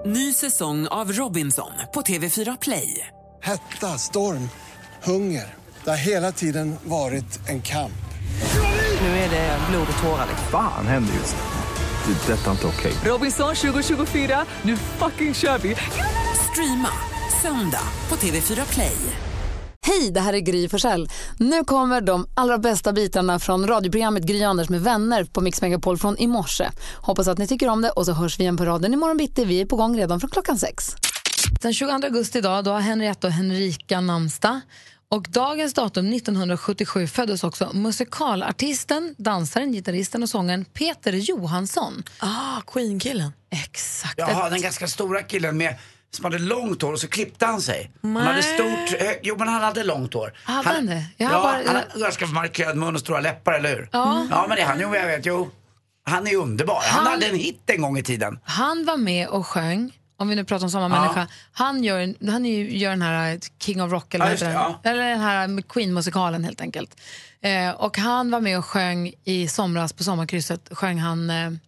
Ny säsong av Robinson på TV4 Play. Hetta, storm, hunger. Det har hela tiden varit en kamp. Nu är det blod och tårar. Fan händer just det. Det är detta inte okej. Robinson 2024, nu fucking kör vi. Streama söndag på TV4 Play. Hej, det här är Gry Forssell. Nu kommer de allra bästa bitarna från radioprogrammet Gry Anders med vänner på Mix Megapol från i morse. Hoppas att ni tycker om det och så hörs vi igen på raden imorgon bitti. Vi är på gång redan från 6:00. Den 22 augusti idag, då har Henrietta och Henrika namnsdag. Och dagens datum 1977 föddes också musikalartisten, dansaren, gitarristen och sångaren Peter Johansson. Queen-killen. Exakt. Jaha, den ganska stora killen med som hade långt hår och så klippte han sig. Han hade stort, men han hade långt hår. Hade han det? Han hade ganska markerad mun och stora läppar, eller hur? Ja, men det han jag vet, han är underbar. Han hade en hit en gång i tiden. Han var med och sjöng, om vi nu pratar om samma människa. Han gör den här King of Rock eller, eller den här Queen-musikalen helt enkelt. Och han var med och sjöng i somras på sommarkrysset. Sjöng han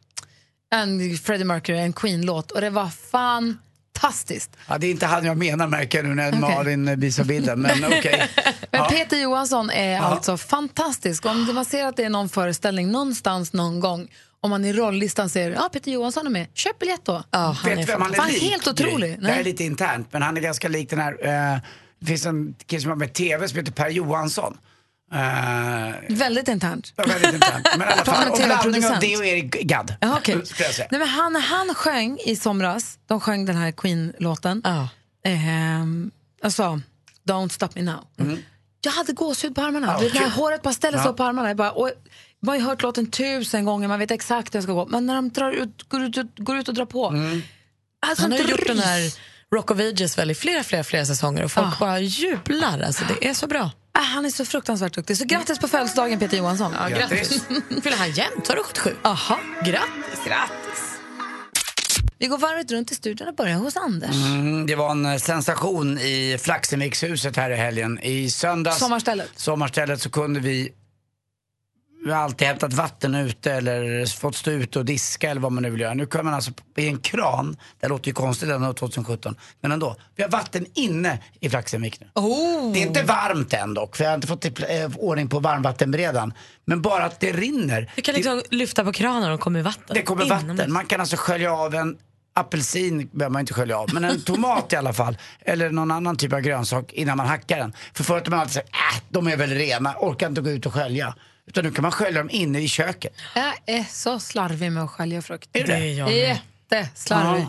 en Freddie Mercury, en Queen-låt. Och det var fantastiskt. Ja, det är inte han jag menar, märker nu när Malin visar bilden, men okej. Men Peter Johansson är alltså fantastisk. Om man ser att det är någon föreställning någonstans någon gång, om man i rolllistan ser Peter Johansson är med, köp biljett då. Vet du vem han är lik? Helt otrolig. Det är lite internt, men han är ganska lik den här det finns en kille som har med TV som heter Per Johansson. Väldigt internt. Ja, väldigt internt. Men i alla fall, och blandning av det och Erik Gadd. Okay. Nej, men han sjöng i somras. De sjöng den här Queen-låten. Alltså, Don't Stop Me Now. Jag hade gåshud på armarna. Det här håret bara ställer sig upp på armarna. Man har ju hört låten 1000 gånger. Man vet exakt hur jag ska gå. Men när de går ut och drar på. Alltså, han har gjort den här Rock of Ages väl i flera säsonger. Och folk bara jublar. Alltså, det är så bra. Han är så fruktansvärt duktig. Så grattis på födelsedagen, Peter Johansson. Ja, grattis. Fyller han jämt? Har du 77? Aha. Grattis. Vi går varvet runt i studion och börjar hos Anders. Det var en sensation i Flaxemikshuset här i helgen. I söndags sommarstället så kunde vi har alltid hämtat vatten ute eller fått stå ute och diska eller vad man nu vill göra. Nu kan man alltså i en kran, det låter ju konstigt ännu 2017, men ändå, vi har vatten inne i Flaxemik nu. Det är inte varmt än dock, för jag har inte fått ordning på varmvattenberedan, men bara att det rinner. Du kan liksom lyfta på kranen och kommer vatten. Det kommer vatten, man kan alltså skölja av en apelsin, behöver man inte skölja av, men en tomat i alla fall, eller någon annan typ av grönsak innan man hackar den. För förut har man alltid sagt, de är väl rena, orkar inte gå ut och skölja. Utan nu kan man skölja dem inne i köket. Jag är så slarvig med att skölja frukt. Är det? Jätteslarvig.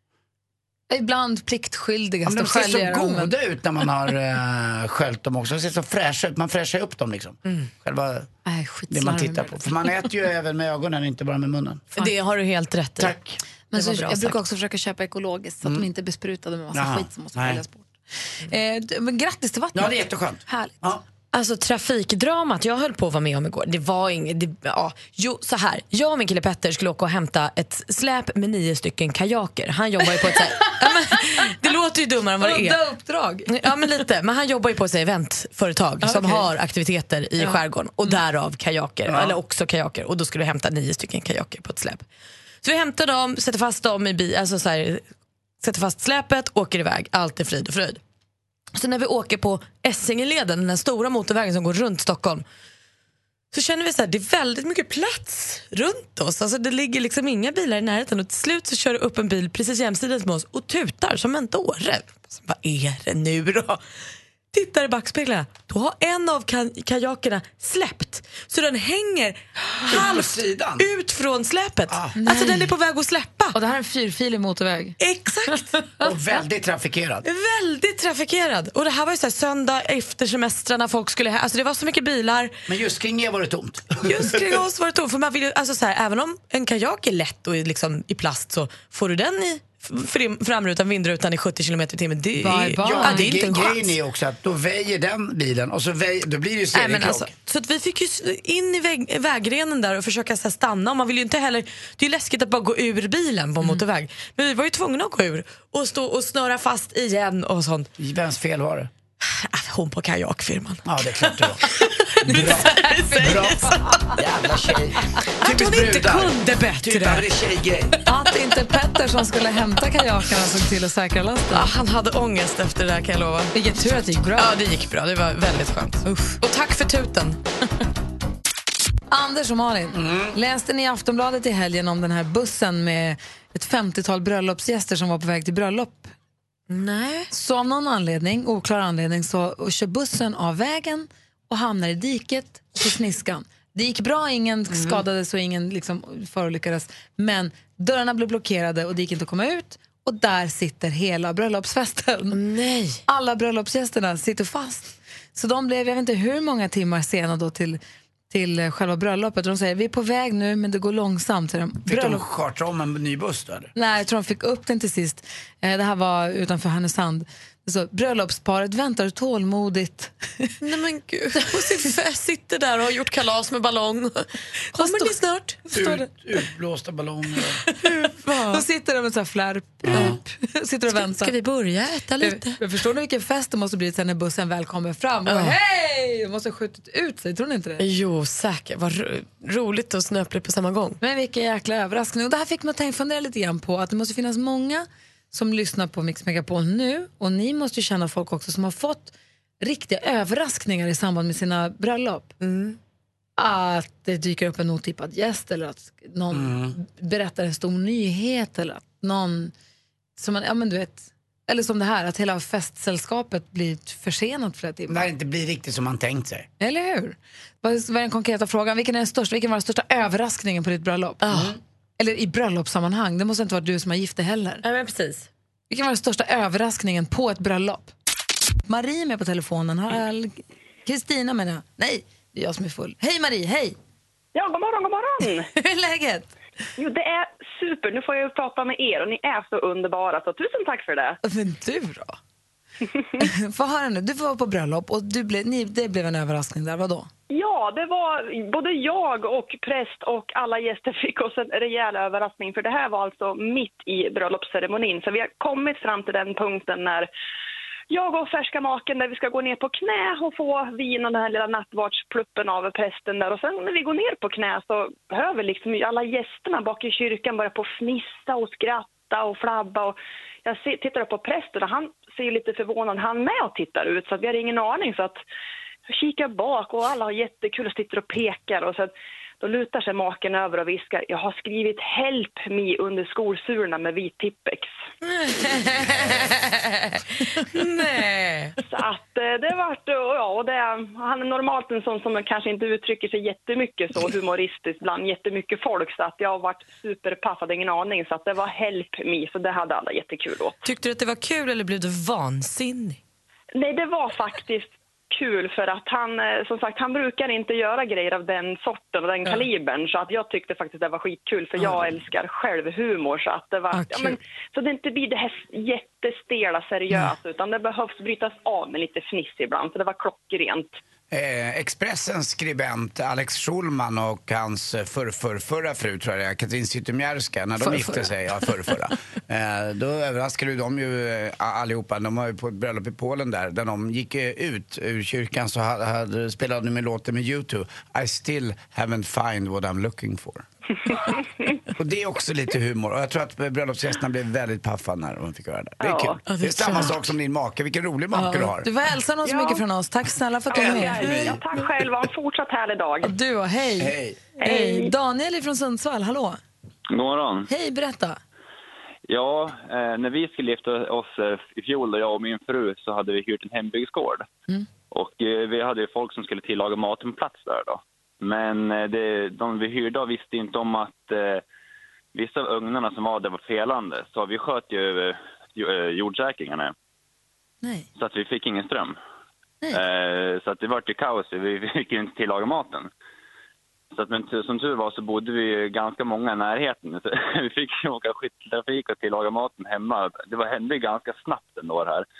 Ibland pliktskyldigast att skölja dem. De ser så goda ut när man har sköljt dem också. De ser så fräscha ut. Man fräschar upp dem liksom. Själva det man tittar på. För man äter ju även med ögonen, inte bara med munnen. Det har du helt rätt i. Tack. Men så, jag brukar också försöka köpa ekologiskt så att de inte är besprutade med massa skit som måste sköljas bort. Men grattis till vattnet. Ja, det är jätteskönt. Härligt. Ja. Alltså trafikdramat jag höll på att vara med om igår, det var inget, så här, jag och min kille Petter skulle åka och hämta ett släp med 9 stycken kajaker. Han jobbar ju på ett det låter ju dummare än vad det är. Uppdrag. Ja, men lite, men han jobbar ju på ett eventföretag som har aktiviteter i skärgården och därav kajaker, eller också kajaker, och då skulle vi hämta 9 stycken kajaker på ett släp. Så vi hämtar dem, sätter fast dem i bil, alltså så här, sätter fast släpet, åker iväg, allt är frid och fröjd. Så när vi åker på Essingeleden, den stora motorvägen som går runt Stockholm, så känner vi så här, det är väldigt mycket plats runt oss. Alltså det ligger liksom inga bilar i närheten. Och till slut så kör det upp en bil precis jämsides med oss och tutar som en dåre. Vad är det nu då? Tittar i backspeglarna. Då har en av kajakerna släppt. Så den hänger halvt ut från släpet. Alltså den är på väg att släppa. Och det här är en 4-filig motorväg. Exakt. Och väldigt trafikerad. Väldigt trafikerad. Och det här var ju så här söndag efter semestrarna, folk skulle alltså det var så mycket bilar. Men just kring er var det tomt. Just kring oss var det tomt. För man vill, alltså så här, även om en kajak är lätt och liksom i plast, så får du den i framrutan, vindrutan i 70 km/h. Det är inte en chans. Grejen är också att då väger den bilen och så då blir det ju seriekrock. Alltså, så att vi fick ju in i vägrenen där och försöka så här, stanna. Och man vill ju inte heller, det är ju läskigt att bara gå ur bilen på en motorväg. Men vi var ju tvungna att gå ur och stå och snöra fast igen och sånt. Vems fel var det? Hon på kajakfirman. Ja, det är klart det var. Bra. Jävla tjej. Att hon inte kunde bättre. Typ tjejgrej. Att inte Petter som skulle hämta kajakerna såg till att säkra lasten. Ja, han hade ångest efter det där, kan jag lova. Vilken tur att det gick bra. Ja, det gick bra. Det var väldigt skönt. Uff. Och tack för tuten. Anders och Malin, läste ni i Aftonbladet i helgen om den här bussen med ett 50-tal bröllopsgäster som var på väg till bröllop? Nej. Så av någon anledning, oklar anledning, så kör bussen av vägen och hamnar i diket på sniskan. Det gick bra, ingen skadades och ingen liksom förolyckades. Men dörrarna blev blockerade och det gick inte att komma ut. Och där sitter hela bröllopsfesten. Nej. Alla bröllopsgästerna sitter fast. Så de blev, jag vet inte hur många timmar sena då till själva bröllopet. De säger, vi är på väg nu men det går långsamt. Fick de chartra om en ny buss då, eller? Nej, jag tror de fick upp den till sist. Det här var utanför Härnösand. Så bröllopsparet väntar tålmodigt. Nej men gud, sitter där och har gjort kalas med ballong. Kommer ni snart? Utblåsta ballonger. Då sitter de med så här flärp. Sitter och väntar. Ska vi börja äta lite? Jag förstår ni vilken fest det måste bli sen när bussen väl kommer fram. Hej! De måste ha skjutit ut sig, tror ni inte det? Jo, säkert. Vad roligt och snöpligt på samma gång. Men vilken jäkla överraskning. Och det här fick man fundera lite grann på att det måste finnas många som lyssnar på Mix Megapol nu, och ni måste ju känna folk också som har fått riktiga överraskningar i samband med sina bröllop. Att det dyker upp en otippad gäst, eller att någon berättar en stor nyhet, eller att någon som man, ja men du vet, eller som det här, att hela festsällskapet blir försenat flera timmar. Nej, det inte blir riktigt som man tänkt sig. Eller hur? Vad är den konkreta frågan? Vilken var den största överraskningen på ditt bröllop? Eller i bröllopssammanhang. Det måste inte vara du som har gift dig heller. Ja, men precis. Vilken var den största överraskningen på ett bröllop? Marie är med på telefonen. Kristina menar jag. Nej, det är jag som är full. Hej Marie, hej! Ja, god morgon. Hur är läget? Jo, det är super. Nu får jag prata med er och ni är så underbara. Så tusen tack för det. Men du då? Få höra nu, du var på bröllop och det blev en överraskning där, vadå? Ja, det var både jag och präst och alla gäster fick oss en rejäl överraskning. För det här var alltså mitt i bröllopsceremonin. Så vi har kommit fram till den punkten när jag och färska maken där vi ska gå ner på knä och få vin och den här lilla nattvardspluppen av prästen där. Och sen när vi går ner på knä så hör vi liksom alla gästerna bak i kyrkan börja på fnissa och skratta och flabba. Och jag tittar på prästen och han ser lite förvånad. Han med och tittar ut, så att vi har ingen aning. Så att jag kikar bak och alla har jättekul och sitter och pekar. Och så då lutar sig maken över och viskar, jag har skrivit help me under skolsurna med vit tippex. Nej. Så att det vart, ja, och han är normalt en sån som kanske inte uttrycker sig jättemycket så humoristiskt bland jättemycket folk. Så att jag har varit superpaff, hade ingen aning. Så att det var help me, så det hade alla jättekul åt. Tyckte du att det var kul eller blev du vansinnig? Nej, det var faktiskt kul för att han, som sagt, han brukar inte göra grejer av den sorten och den kalibern, så att jag tyckte faktiskt det var skitkul, för jag älskar själv humor, så att det var, så det inte blir det här jättestela seriöst, utan det behövs brytas av med lite fniss ibland, så det var klockrent. Expressens skribent Alex Schulman och hans förra fru, tror jag, Katrin Zytomierska, när de gifte sig, förra. Då överraskade de ju allihopa. De var ju på ett bröllop i Polen där de gick ut ur kyrkan, så spelade de med låten med U2, I still haven't find what I'm looking for. Och det är också lite humor. Och jag tror att bröllopsgästerna blev väldigt paffa när de fick höra det. Det är kul. Ja, det är samma sak som din make. Vilken rolig make du har. Du får hälsa någon så mycket från oss. Tack snälla för att du är med. Ja, tack själv. Ha en fortsatt härlig dag. Du och hej. Daniel från Sundsvall, hallå. God morgon. Hej, berätta. Ja, när vi skulle gifta oss i fjol, då jag och min fru, så hade vi hyrt en hembygdsgård. Och vi hade ju folk som skulle tillaga maten på plats där då. Men de vi hyrde visste inte om att vissa av ugnarna som var där var felande. Så vi sköt ju över jordsäkringarna. Nej. Så att vi fick ingen ström. Så att det var ju kaos. Vi fick ju inte tillaga maten. Så att, men som tur var så bodde vi ganska många i närheten. Så vi fick åka skytteltrafik och tillaga maten hemma. Det hände ganska snabbt ändå här.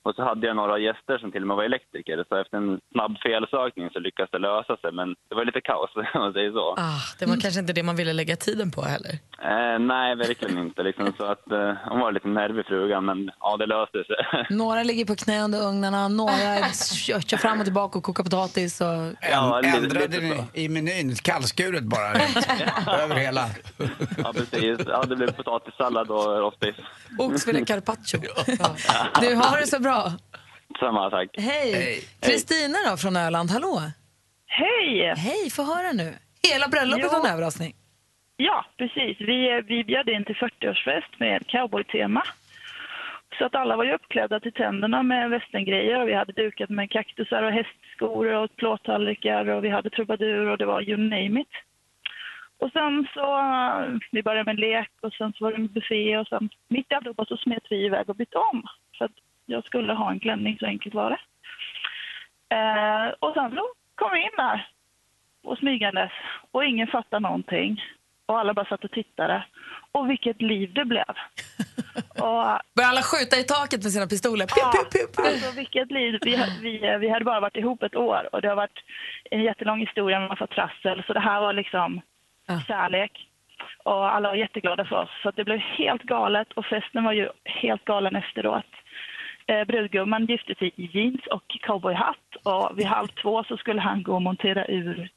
Och så hade jag några gäster som till och med var elektriker. Så efter en snabb felsökning så lyckades det lösa sig. Men det var lite kaos, om man säger så. Det var kanske inte det man ville lägga tiden på heller. Nej, verkligen inte. Liksom. Så att, hon var lite nervig, frugan, men ja, det löste sig. Några ligger på knä under ugnarna, några kör fram och tillbaka och kokar potatis. Och... Ändrade ni i menyn kallskuret bara över hela? Ja, precis. Ja, det blev potatissallad och rostbiff. Oxfilé carpaccio. Du har det så bra. Samma, tack. Hej. Kristina då från Öland, hallå. Hej. Hej, få höra nu. Hela bröllopet var en överraskning. Ja, precis. Vi bjöd in till 40-årsfest med cowboy-tema. Så att alla var ju uppklädda till tänderna med västerngrejer och vi hade dukat med kaktusar och hästskor och plåttallrikar och vi hade trubadur och det var you name it. Och sen så, vi började med en lek och sen så var det en buffé och sen mitt i allihopa så smet vi iväg och bytte om. För att jag skulle ha en klänning, så enkelt var det. Och sen så kom vi in där och smygandes och ingen fattade någonting. Och alla bara satt och tittade. Och vilket liv det blev. Började alla skjuta i taket med sina pistoler? Alltså vilket liv. Vi hade bara varit ihop ett år. Och det har varit en jättelång historia med massa trassel. Så det här var liksom kärlek. Och alla var jätteglada för oss. Så att det blev helt galet. Och festen var ju helt galen efteråt. Brudgumman gifte sig i jeans och cowboyhatt. Och vid 1:30 så skulle han gå och montera ur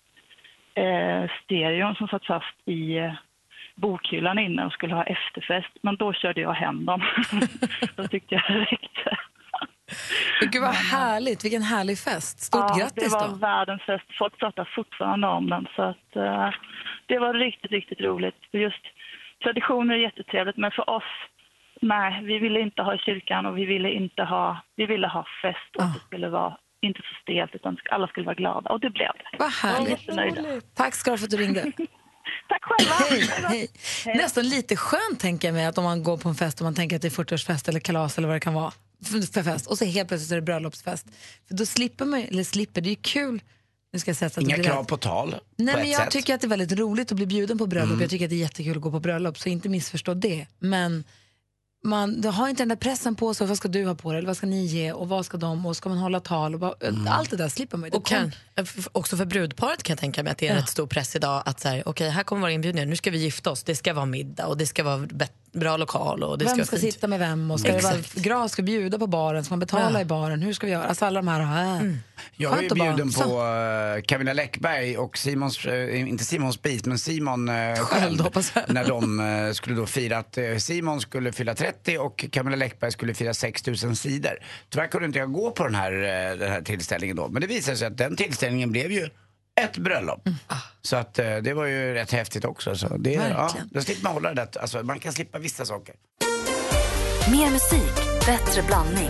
stereon som satt fast i bokhyllan inne och skulle ha efterfest. Men då körde jag hem dem. Då tyckte jag det räckte. Gud vad härligt, vilken härlig fest. Stort grattis då. Det var världens fest. Folk pratar fortfarande om den. Så att, det var riktigt, riktigt roligt. För just traditioner är jättetrevligt. Men för oss, nej, vi ville inte ha i kyrkan och vi ville ha fest. Och det skulle vara inte så stelt utan alla skulle vara glada. Och det blev det. Vad härligt. Tack ska du för att du ringde. Tack själva. Hej. Nästan lite skönt tänker jag mig att om man går på en fest och man tänker att det är 40-årsfest eller kalas eller vad det kan vara för fest. Och så helt plötsligt så är det bröllopsfest. För då slipper man, det är ju kul. Nu ska jag säga så att inga krav på tal. Nej, men jag tycker att det är väldigt roligt att bli bjuden på bröllop. Jag tycker att det är jättekul att gå på bröllop, så inte missförstå det. Men man har inte den där pressen på sig. Vad ska du ha på dig? Eller vad ska ni ge? Och vad ska de? Och ska man hålla tal? Och bara, allt det där slipper man ju. Och också för brudparet kan jag tänka mig att det är rätt stor press idag. Att säga, okej, här kommer våra inbjudningar. Nu ska vi gifta oss. Det ska vara middag. Och det ska vara bra lokal. Och det vem ska sitta med vem? Och ska det vara gras ska bjuda på baren? Ska man betala i baren? Hur ska vi göra? Alltså alla de här. Jag var ju bjuden på Camilla Läckberg och Simons, inte Simons bit, men Simon själv. När de skulle då fira att Simon skulle fylla 30 och Camilla Läckberg skulle fira 6000 sidor. Tyvärr kunde inte jag gå på den här tillställningen då. Men det visade sig att den tillställningen blev ju ett bröllop. Så att det var ju rätt häftigt också. Så det, då slipper man hålla det. Alltså, man kan slippa vissa saker. Mer musik, bättre blandning.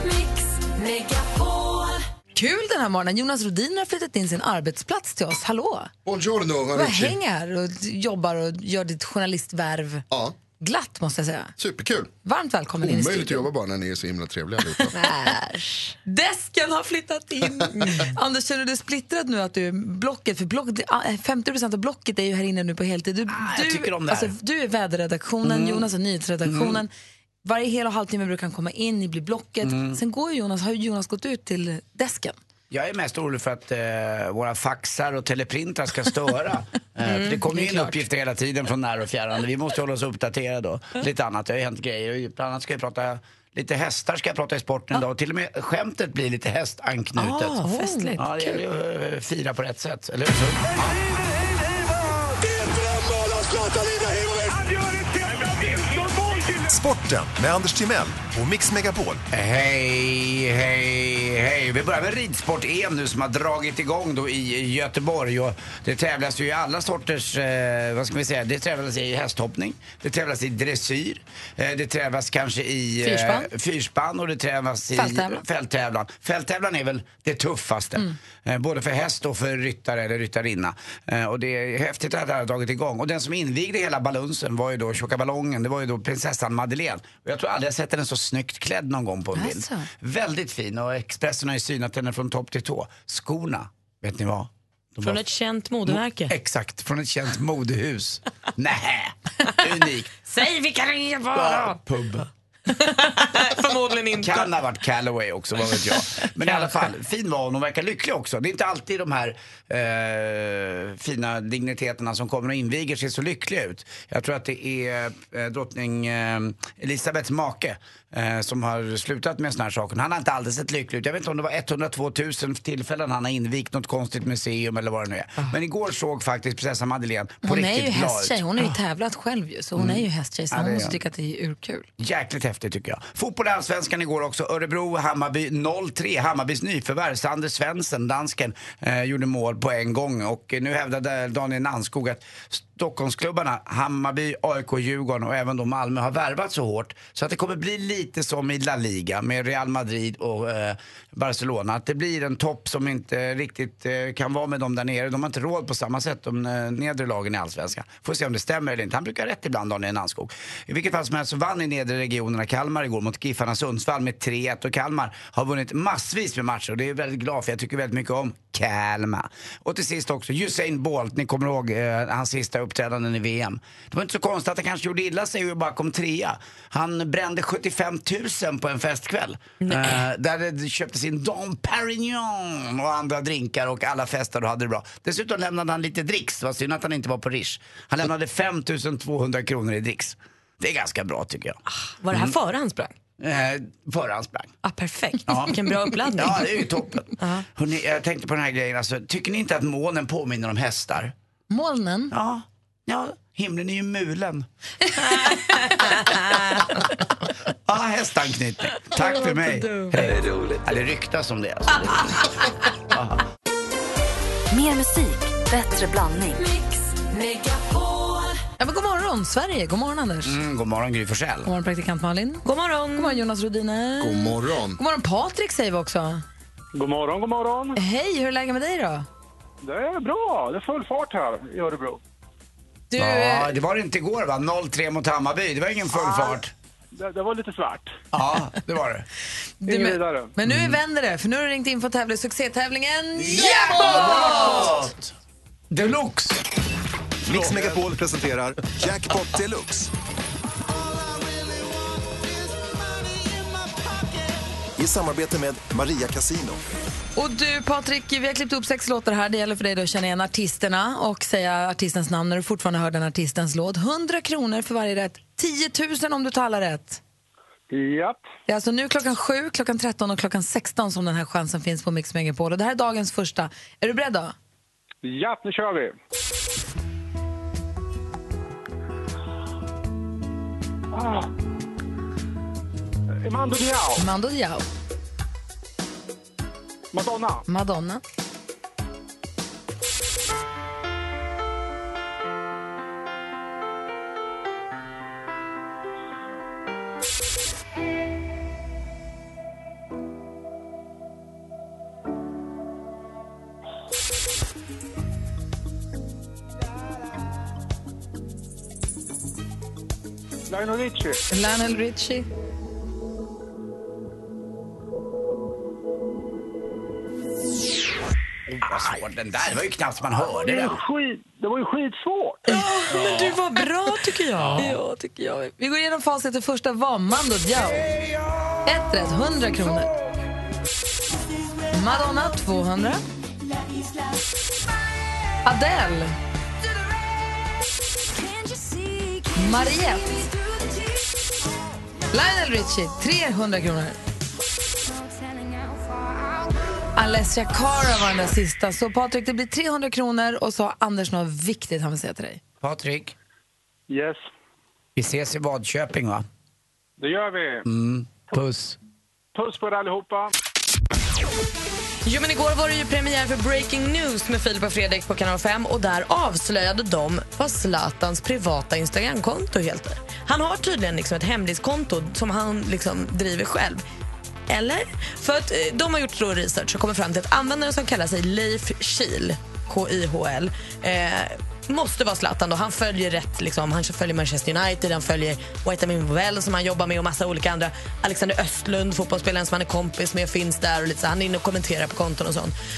Kul den här morgonen. Jonas Rodin har flyttat in sin arbetsplats till oss. Hallå! Buongiorno, du hänger och jobbar och gör ditt journalistvärv. Ja. Glatt måste jag säga. Superkul. Varmt välkommen in i studion. Omöjligt att jobba bara när ni är så himla trevliga allihopa. Desken har flyttat in. Anders, känner du splittrat nu att du är blocket? För 50% av blocket är ju här inne nu på heltid. Jag tycker om det här. Alltså, du är väderredaktionen, Jonas är nyhetsredaktionen. Varje hel och halvtimme brukar han komma in, ni blir blocket. Sen har Jonas gått ut till desken. Jag är mest orolig för att våra faxar och teleprintar ska störa. För det kommer in uppgifter hela tiden från när och fjärran. Vi måste hålla oss uppdaterade då. Lite annat, det har ju hänt grejer. Bland annat ska jag prata lite hästar, ska jag prata i sporten idag. Och till och med skämtet blir lite hästanknutet. Festligt. Ja, det gäller ju att fira på rätt sätt. Eller hur? Sporten med Anders Timell och Mix Megapol. Hej. Vi börjar med ridsport-EM nu som har dragit igång då i Göteborg. Och det tävlas ju i alla sorters, vad ska vi säga, det tävlas i hästhoppning, det tävlas i dressyr, det tävlas kanske i fyrspann och det tävlas i fälttävlan. Fälttävlan är väl det tuffaste, både för häst och för ryttare eller ryttarinna. Och det är häftigt att det har dragit igång. Och den som invigde hela balansen var ju då tjocka ballongen, det var ju då prinsessan Madeleine. Och jag tror aldrig jag sett henne så snyggt klädd någon gång på en bild. Väldigt fin, och Expressen har ju synat henne från topp till tå. Skorna, vet ni vad? Från ett känt modemärke. Exakt, från ett känt modehus. Nej, unikt. Säg vilka det är bara. Pub. Från Förmodligen inte. Kan ha varit Callaway också, vad vet jag. Men i alla fall, fin var hon verkar lycklig också. Det är inte alltid de här fina digniteterna som kommer och inviger sig så lyckliga ut. Jag tror att det är drottning Elisabeths make som har slutat med såna här saker. Han har inte alldeles sett lycklig ut. Jag vet inte om det var 102 000 tillfällen han har invigt något konstigt museum eller vad det nu är. Men igår såg faktiskt prinsessan Madeleine på riktigt glad ut. Hon är ju hästtjej, hon är ju tävlat själv ju. Så hon är ju hästtjej, så hon måste tycka att det är urkul. Jäkligt häftigt tycker jag. Fotboll i Allsvenskan igår också. Örebro, Hammarby 0-3. Hammarbys nyförvärv, Sander Svensson, dansken, gjorde mål på en gång. Och nu hävdade Daniel Nannskog att Stockholmsklubbarna, Hammarby, AIK, Djurgården och även då Malmö har värvat så hårt så att det kommer bli lite som i La Liga med Real Madrid och Barcelona. Att det blir en topp som inte riktigt kan vara med dem där nere. De har inte råd på samma sätt de nedre lagen i Allsvenskan. Får se om det stämmer eller inte. Han brukar rätt ibland, Daniel Nannskog. I vilket fall som helst så vann i nedre regionerna Kalmar igår mot Giffarna Sundsvall med 3-1 och Kalmar har vunnit massvis med matcher och det är väldigt glad för jag tycker väldigt mycket om Kalmar. Och till sist också Usain Bolt, ni kommer ihåg hans sista uppträdanden i VM. Det var inte så konstigt att han kanske gjorde illa sig och bara kom 3. Han brände 75 000 på en festkväll. Där det köptes in Dom Perignon och andra drinkar och alla festade och hade det bra. Dessutom lämnade han lite dricks, det var synd att han inte var på Rish. Han lämnade 5 200 kronor i dricks. Det är ganska bra tycker jag. Var det här före han sprang? Före han sprang. Perfekt. Ja. Vilken bra uppladdning. Ja, det är ju toppen. Hörrni, jag tänkte på den här grejen. Alltså, tycker ni inte att molnen påminner om hästar? Molnen? Ja, himlen är ju mulen. Hästanknytning. Tack för mig. Det är roligt. Ja, det ryktas om det. Alltså. Mer musik, bättre blandning. Ja, men god morgon Sverige, god morgon Anders. God morgon Gry Forssell. God morgon praktikant Malin. God morgon. God morgon Jonas Rodine. God morgon. God morgon Patrik säger vi också. God morgon, god morgon. Hej, hur är läget med dig då? Det är bra, det är full fart här i Örebro. Ja, det var det inte igår va? 0-3 mot Hammarby, det var ingen full fart. Det var lite svart. Ja, det var det. Men nu vänder det, för nu har du ringt in för att tävla i succétävlingen Jackpot! Deluxe! Mix Megapol presenterar Jackpot Deluxe. I samarbete med Maria Casino. Och du Patrik, vi har klippt upp 6 låtar här. Det gäller för dig då att känna igen artisterna och säga artistens namn när du fortfarande hör den artistens låt. 100 kronor för varje rätt. 10 000 om du talar rätt. Japp. Det är alltså nu klockan 7, klockan 13 och klockan 16 som den här chansen finns på Mix Megapol. Och det här är dagens första. Är du beredd då? Japp, nu kör vi. Mando Diao. Madonna. Lionel Richie. Den där var ju knappt man hörde den. Det var ju skitsvårt. Men du var bra tycker jag. Ja, tycker jag. Vi går igenom facit. Det första var Mando Diao. 1 rätt, 100 kronor. Madonna, 200. Adele. Mariette. Lionel Richie, 300 kronor. Alessia Cara var den där sista. Så Patrik, det blir 300 kronor. Och så har Anders något viktigt han vill säga till dig. Patrik? Yes. Vi ses i Vadköping va? Det gör vi. Puss. Puss på er allihopa. Jo, men igår var det ju premiär för Breaking News med Filip och Fredrik på Kanal 5 och där avslöjade de vad Zlatans privata Instagramkonto heter. Han har tydligen liksom ett hemliskonto som han liksom driver själv. Eller? För att de har gjort då research och kommit fram till att användaren som kallar sig Leif Kihl, K-I-H-L, måste vara Zlatan då. Han följer rätt liksom, han följer Manchester United, han följer Vitamin Well som han jobbar med och massa olika andra. Alexander Östlund, fotbollsspelaren som han är kompis med, finns där och lite så. Han är inne och kommenterar på konton och sånt.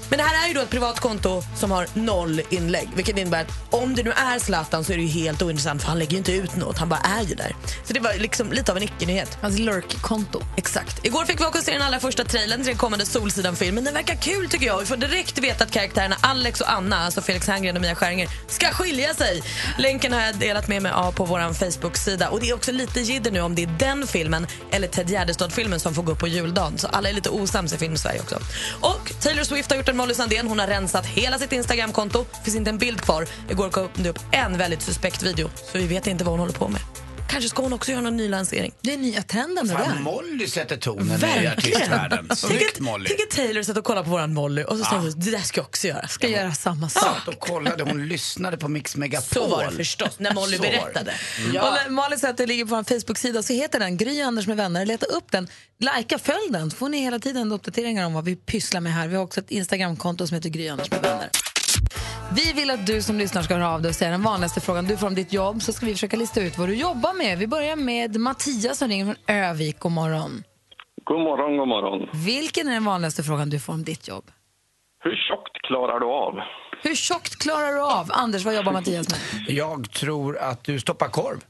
Men det här är ju då ett privat konto som har 0 inlägg. Vilket innebär att om det nu är Zlatan så är det ju helt ointressant. För han lägger ju inte ut något, han bara är ju där. Så det var liksom lite av en icke-nyhet. Hans lurk-konto. Exakt. Igår fick vi också se den allra första trailern till den kommande Solsidan-filmen. Den verkar kul tycker jag. Vi får direkt veta att karaktärerna Alex och Anna, alltså Felix Herngren och Mia Skäringer, ska skilja sig. Länken har jag delat med mig av på vår Facebook-sida. Och det är också lite jidder nu om det är den filmen eller Ted Gärdestad-filmen som får gå på juldagen. Så alla är lite osams i film i Sverige också. Och Taylor Swift har gjort en Molly Sandén. Hon har rensat hela sitt Instagram-konto. Finns inte en bild kvar. Igår kom det upp en väldigt suspekt video. Så vi vet inte vad hon håller på med. Kanske ska hon också göra någon ny lansering. Det är nya trenden det där. Molly sätter tonen i artistvärlden. Snyggt Molly. Tänk att Taylor satt och kollade på våran Molly och så tänkte det där ska jag också göra. Ska göra samma sak. Och kollade, hon lyssnade på Mix Megapol. Så var det förstås, när Molly berättade. Ja. Molly säger att det ligger på vår Facebook-sida, så heter den Gry Anders med vänner. Leta upp den, likea, följ den. Så får ni hela tiden uppdateringar om vad vi pysslar med här. Vi har också ett Instagram-konto som heter Gry Anders med vänner. Vi vill att du som lyssnar ska höra av dig och säga den vanligaste frågan du får om ditt jobb, så ska vi försöka lista ut vad du jobbar med. Vi börjar med Mattias som ringer från Övik. God morgon. God morgon, god morgon. Vilken är den vanligaste frågan du får om ditt jobb? Hur tjockt klarar du av? Hur tjockt klarar du av? Anders, vad jobbar Mattias med? Jag tror att du stoppar korv.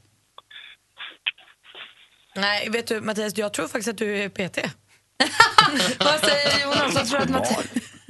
Nej, vet du Mattias, jag tror faktiskt att du är PT. Vad säger Jonas? Vad tror du att Mattias...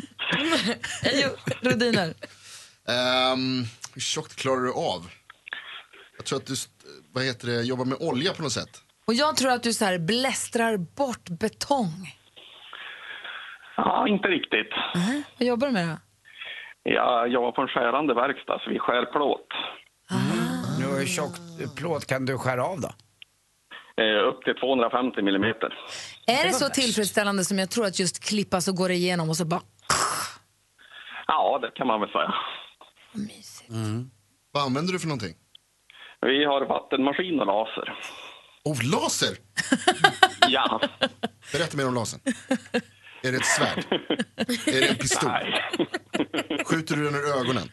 Rodiner. Hur tjockt klarar du av? Jag tror att du jobbar med olja på något sätt. Och jag tror att du så här blästrar bort betong. Ja, inte riktigt. Vad jobbar du med då? Jag jobbar på en skärande verkstad, så vi skär plåt. Hur tjockt plåt kan du skära av då? Upp till 250 millimeter. Är det så tillfredsställande som jag tror att just klippa så går det igenom och så bara... Ja, det kan man väl säga. Mysigt. Vad använder du för någonting? Vi har vattenmaskin och laser. Laser? Ja. Berätta mer om lasern. Är det ett svärd? Är det en pistol? Nej. Skjuter du den ur ögonen?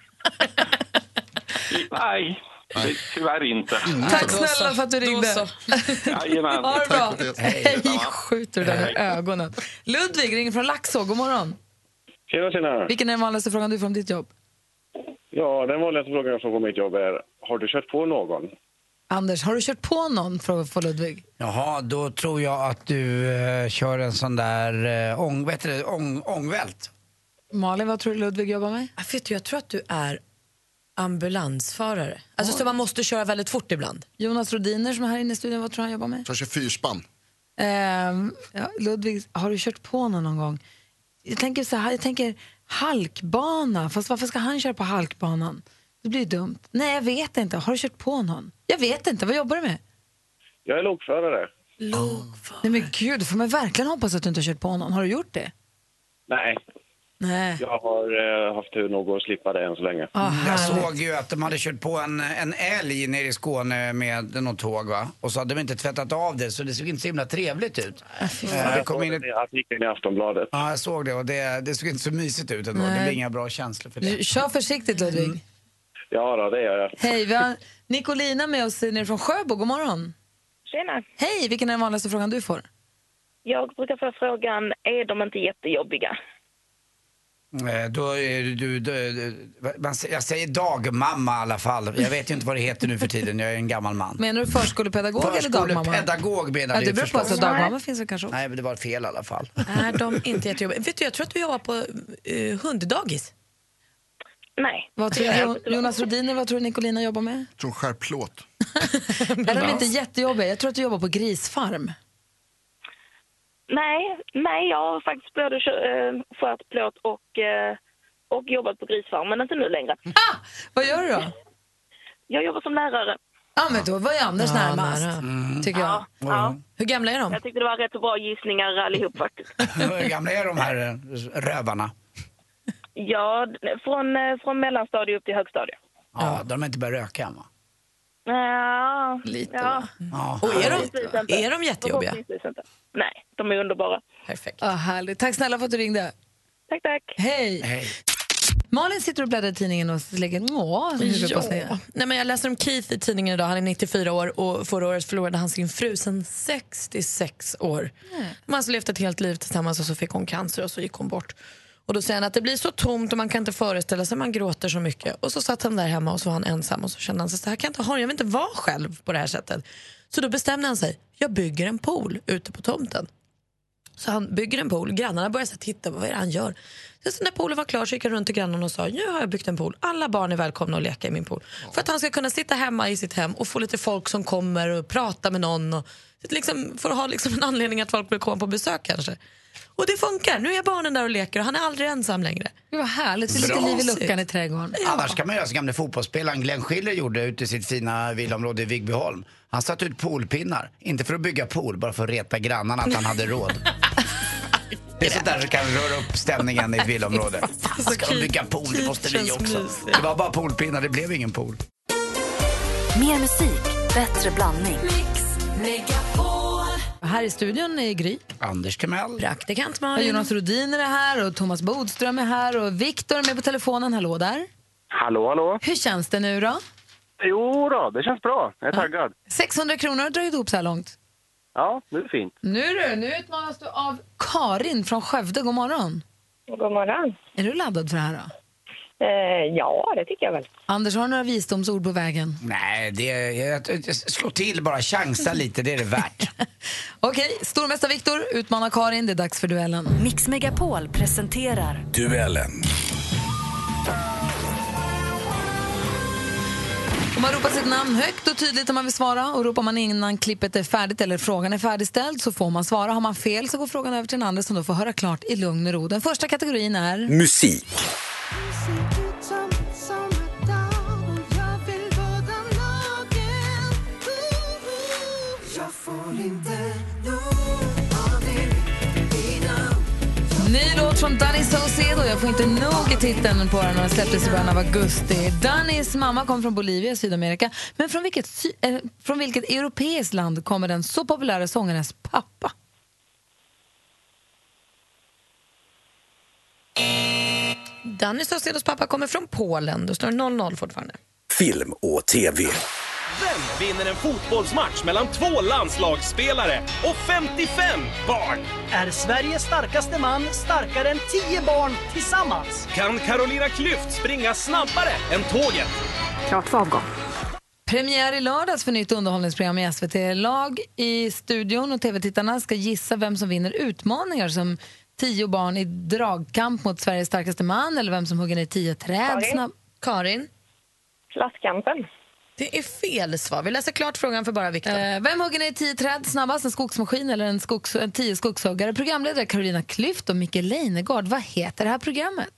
Nej. Tyvärr inte. Tack snälla för att du ringde. Jajamän. Ha det bra. Hej, skjuter du den i ögonen. Ludvig ringer från Laxå, god morgon. Tjena, tjena. Vilken är den vanligaste frågan du får om ditt jobb? Ja, den vanligaste frågan jag får på mitt jobb är: har du kört på någon? Anders, har du kört på någon för Ludvig? Jaha, då tror jag att du kör en sån där ångvält. Malin, vad tror du Ludvig jobbar med? Jag tror att du är ambulansförare. Alltså så man måste köra väldigt fort ibland. Jonas Rodiner som är här inne i studion, vad tror han jobbar med? Jag kör fyrspann. Ludvig, har du kört på någon gång? Jag tänker så här, halkbana. Fast varför ska han köra på halkbanan? Det blir dumt. Nej, jag vet inte. Har du kört på någon? Jag vet inte. Vad jobbar du med? Jag är lokförare. Lokförare? Nej men gud, får man verkligen hoppas att du inte har kört på någon. Har du gjort det? Nej. Jag har haft tur nog att slippa det än så länge. Jag såg ju att de hade kört på en älg nere i Skåne med något tåg, va? Och så hade de inte tvättat av det, så det såg inte så himla trevligt ut. Det kom in i artikeln i Aftonbladet. Ja, jag såg det och det såg inte så mysigt ut ändå. Det blir inga bra känslor för det. Kör försiktigt Ludvig. Ja då, det gör jag. Hej, vi har Nicolina med oss nere från Sjöbo. God morgon. Tjena. Hej, vilken är den vanligaste frågan du får? Jag brukar få frågan, är de inte jättejobbiga? Då är jag säger dagmamma i alla fall. Jag vet ju inte vad det heter nu för tiden. Jag är en gammal man. Menar du förskolepedagog eller dagmamma? Förskolepedagog menar det beror på att dagmamma finns det kanske också. Nej, men det var fel i alla fall. Är de inte jättejobbiga? Vet du, jag tror att du jobbar på hunddagis. Nej. Vad tror Jonas Rodiner, vad tror Nicolina jobbar med? Jag tror skär plåt. Är de inte jättejobbiga? Jag tror att du jobbar på grisfarm. Nej, jag har faktiskt både skört plåt och jobbat på grisfarm, men inte nu längre. Vad gör du då? Jag jobbar som lärare. Ja, men då var jag Anders närmast, tycker jag. Ja. Hur gamla är de? Jag tyckte det var rätt så bra gissningar allihop faktiskt. Hur gamla är de här rövarna? Ja, från mellanstadie upp till högstadie. Ja, de har inte börjat röka än, va? Ja, lite. Ja. Och är de jättejobbiga? Nej, de är underbara. Perfekt. Härligt. Tack snälla för att du ringde. Tack. Hej. Malin sitter och bläddrar i tidningen och lägger Nej, men jag läser om Keith i tidningen idag. Han är 94 år och förra året förlorade han sin fru sedan 66 år. De har alltså levt ett helt liv tillsammans och så fick hon cancer och så gick hon bort. Och då säger han att det blir så tomt och man kan inte föreställa sig, man gråter så mycket. Och så satt han där hemma och så var han ensam och så kände han sig så här kan jag inte ha, jag vill inte vara själv på det här sättet. Så då bestämde han sig, jag bygger en pool ute på tomten. Så han bygger en pool, grannarna börjar så titta på vad är det han gör. Så när poolen var klar så gick han runt till grannarna och sa, nu har jag byggt en pool, alla barn är välkomna att leka i min pool. För att han ska kunna sitta hemma i sitt hem och få lite folk som kommer och prata med någon och liksom, för att ha liksom en anledning att folk vill komma på besök kanske. Och det funkar, nu är barnen där och leker och han är aldrig ensam längre. Det var härligt, det är lite liv i luckan i trädgården. Ja. Annars kan man göra som gamla fotbollsspelaren Glenn Schiller gjorde ute i sitt fina villaområde i Vigbyholm. Han satt ut poolpinnar, inte för att bygga pool, bara för att reta grannarna att han hade råd. Det är sånt där som kan röra upp stämningen i ett villaområde. Ska de bygga pool, det måste vi också. Det var bara poolpinnar, det blev ingen pool. Mer musik, bättre blandning. Här i studion är Gry. Anders Timell. Praktikant Malin. Jonas Rodiner är här och Thomas Bodström är här och Viktor är med på telefonen. Hallå där. Hallå, hallå. Hur känns det nu då? Jo då, det känns bra. Jag är taggad. 600 kronor har dragit ihop så här långt. Ja, det är fint. Nu utmanas du av Karin från Skövde. God morgon. God morgon. Är du laddad för det här då? Ja, det tycker jag väl. Anders, har du några visdomsord på vägen? Nej, slå till bara, chansa lite, det är det värt. Okej, stormästare Viktor utmanar Karin, det är dags för duellen. Mix Megapol presenterar Duellen. Om man ropar sitt namn högt och tydligt om man vill svara, och ropar man innan klippet är färdigt eller frågan är färdigställd, så får man svara. Har man fel så går frågan över till den andra som då får höra klart i lugn och ro. Den första kategorin är Musik. ny låt från Danny Saucedo. Jag får inte nog i titeln på den. Den släpptes i början av augusti. Dannys mamma kom från Bolivia, Sydamerika. Men från vilket europeiskt land kommer den så populära sångarens pappa? Danny Saucedos pappa kommer från Polen. Då står det 0-0 fortfarande. Film och tv. Vem vinner en fotbollsmatch mellan två landslagsspelare och 55 barn? Är Sveriges starkaste man starkare än 10 barn tillsammans? Kan Carolina Klüft springa snabbare än tåget? Klart för avgång. Premiär i lördags för nytt underhållningsprogram i SVT. Lag i studion och tv-tittarna ska gissa vem som vinner utmaningar som 10 barn i dragkamp mot Sveriges starkaste man, eller vem som hugger ner 10 träd. Karin? Klasskampen. Det är fel svar. Vi läser klart frågan för bara Viktor. Vem hugger ner 10 träd snabbast? En skogsmaskin eller en 10 skogshuggare? Programledare Carolina Klüft och Micke Leijnegard. Vad heter det här programmet?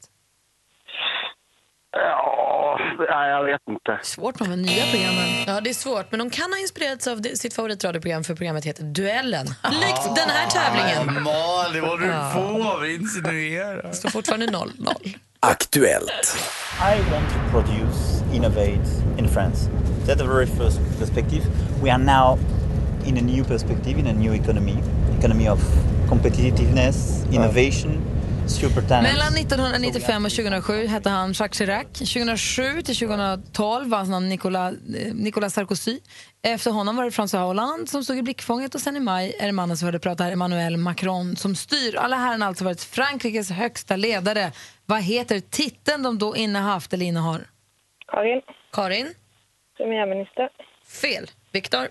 Ja, jag vet inte. Svårt med de nya programmen. Ja, det är svårt. Men de kan ha inspirerats av sitt favoritradioprogram, för programmet heter Duellen. Likt den här tävlingen. Mal, det var du får insinuera. Det står fortfarande 0-0. Aktuellt. I want to produce, innovate in France. That's the very first perspective. We are now in a new perspective, in a new economy of competitiveness, innovation, supertalent. Mellan 1995 och 2007 hette han Jacques Chirac. 2007 till 2012 var hans namn Nicolas Sarkozy. Efter honom var det François Hollande som stod i blickfånget, och sen i maj är det mannen som hörde prata här, Emmanuel Macron, som styr. Alla här har alltså varit Frankrikes högsta ledare. Vad heter titeln de då innehaft eller innehar? Karin? Premiärminister. Fel. Viktor?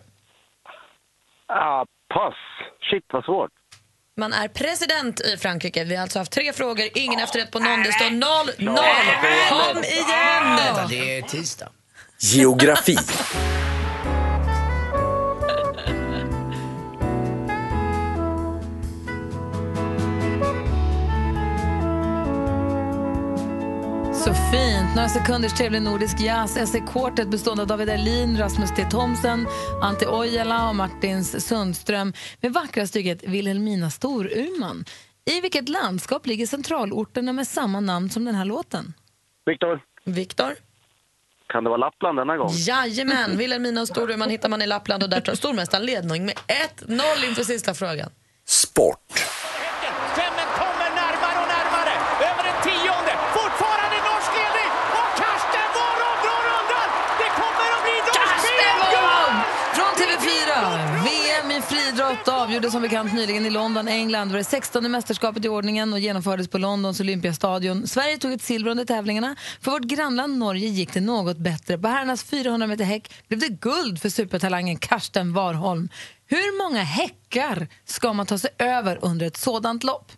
Pass. Shit, vad svårt. Man är president i Frankrike. Vi har alltså haft 3 frågor, ingen efterrätt på någon. Det står 0-0. Kom igen! Det är tisdag. Geografi. Så fint. Några sekunders trevlig nordisk jazz. SE-quartet bestående av David Erlin, Rasmus T. Thomsen, Antti Ojala och Martins Sundström med vackra stycket Vilhelmina Storuman. I vilket landskap ligger centralorterna med samma namn som den här låten? Viktor? Kan det vara Lappland denna gång? Jajamän, Vilhelmina och Storuman hittar man i Lappland, och där tar stormästaren ledning med 1-0 inför sista frågan. Sport. Femmen kommer närmare och närmare. Över en 10:e. Fortfarande norsk ledning. Och Karsten Warholm drar undan. Det kommer att bli norsk VM-guld! Från TV4. VM i friidrott 1988 avgjordes som bekant nyligen i London, England. Det var det 16:e mästerskapet i ordningen och genomfördes på Londons Olympiastadion. Sverige tog ett silver under tävlingarna. För vårt grannland Norge gick det något bättre. På herrarnas 400 meter häck blev det guld för supertalangen Karsten Warholm. Hur många häckar ska man ta sig över under ett sådant lopp?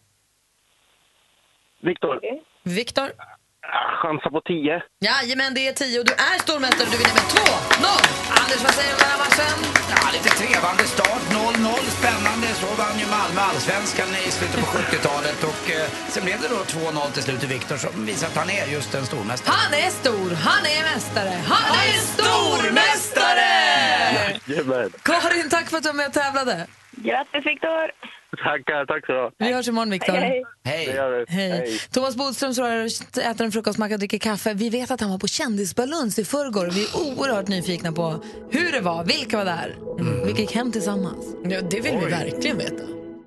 Viktor? Chansa på 10. Jajamän, det är 10 och du är stormästare. Du vinner med 2-0. Anders, vad säger du om den här matchen? Ja, lite trevande start. 0-0. Spännande. Så vann ju Malmö allsvenskan i slutet på 70-talet. Och sen blev det då 2-0 till slut till Viktor som visar att han är just en stormästare. Han är stor. Han är mästare. Han är stormästare! Jajamän. Karin, tack för att du var med och tävlade. Grattis, Viktor! Tackar, tack så du. Vi hörs imorgon, Viktor. Hej. Det gör vi. Hej. Thomas Bodström så äter en frukostmacka och dricker kaffe. Vi vet att han var på kändisbaluns i förrgår. Vi är oerhört nyfikna på hur det var, vilka var där. Vilka gick hem tillsammans. Ja, det vill vi verkligen veta.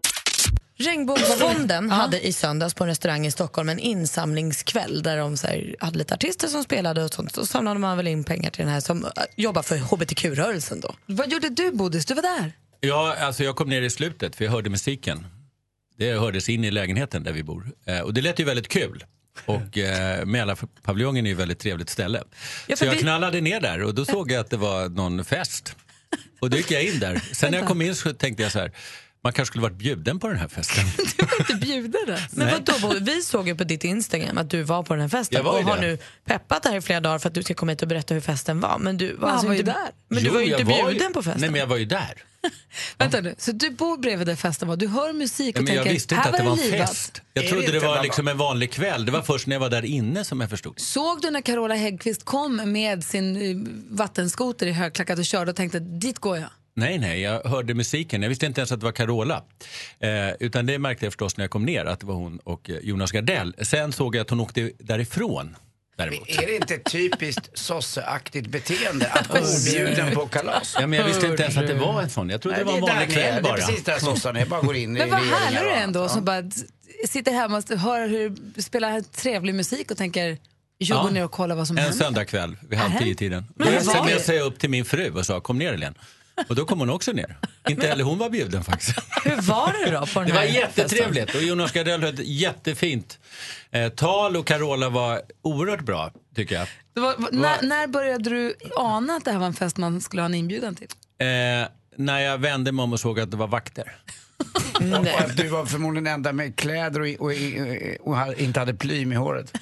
Regnbågsfonden hade i söndags på en restaurang i Stockholm en insamlingskväll där de hade lite artister som spelade och sånt. Så samlade man väl in pengar till den här som jobbar för HBTQ-rörelsen då. Vad gjorde du, Bodis? Du var där. Ja, alltså jag kom ner i slutet för jag hörde musiken. Det hördes in i lägenheten där vi bor. Och det lät ju väldigt kul. Och Mälarpaviljongen är ju ett väldigt trevligt ställe. Ja, så jag knallade ner där och då såg jag att det var någon fest. Och då gick jag in där. Sen när jag kom in så tänkte jag så här... Man kanske skulle varit bjuden på den här festen. Du var inte bjuden. Men vadå, vi såg ju på ditt Instagram att du var på den här festen och har nu peppat här i flera dagar för att du ska komma hit och berätta hur festen var. Men du var alltså inte där. Men du var ju inte bjuden på festen. Nej, men jag var ju där. Vänta nu, så du bor bredvid där festen var. Du hör musik och men tänker, jag visste inte att det var en livat. fest. Jag trodde det var liksom en vanlig kväll. Det var först när jag var där inne som jag förstod. Såg du när Carola Häggkvist kom med sin vattenskoter i högklackat och körde och tänkte, dit går jag? Nej, jag hörde musiken. Jag visste inte ens att det var Carola. Utan det märkte jag förstås när jag kom ner att det var hon och Jonas Gardell. Sen såg jag att hon åkte därifrån. Däremot. Är det inte typiskt sosseaktigt beteende att gå bjuden på kalas? Ja, men jag visste inte ens att det var en sån. Jag trodde det var en vanlig kväll bara. Det är precis där sossarna är. Bara går in i men vad härligt är det ändå som bara sitter hemma och hör hur spelar trevlig musik och tänker jag går ner och kollar vad som händer. En söndagkväll vid 9:30. Sen jag säga upp till min fru och sa kom ner Helene. Och då kom hon också ner. Inte heller hon var bjuden faktiskt. Hur var det då på den här? Det var jättetrevligt festen? Och Jonas Gardell höll ett jättefint tal och Carola var oerhört bra tycker jag. När började du ana att det här var en fest man skulle ha en inbjudan till? När jag vände mig om och såg att det var vakter. Du var förmodligen enda med kläder och inte hade plym i håret.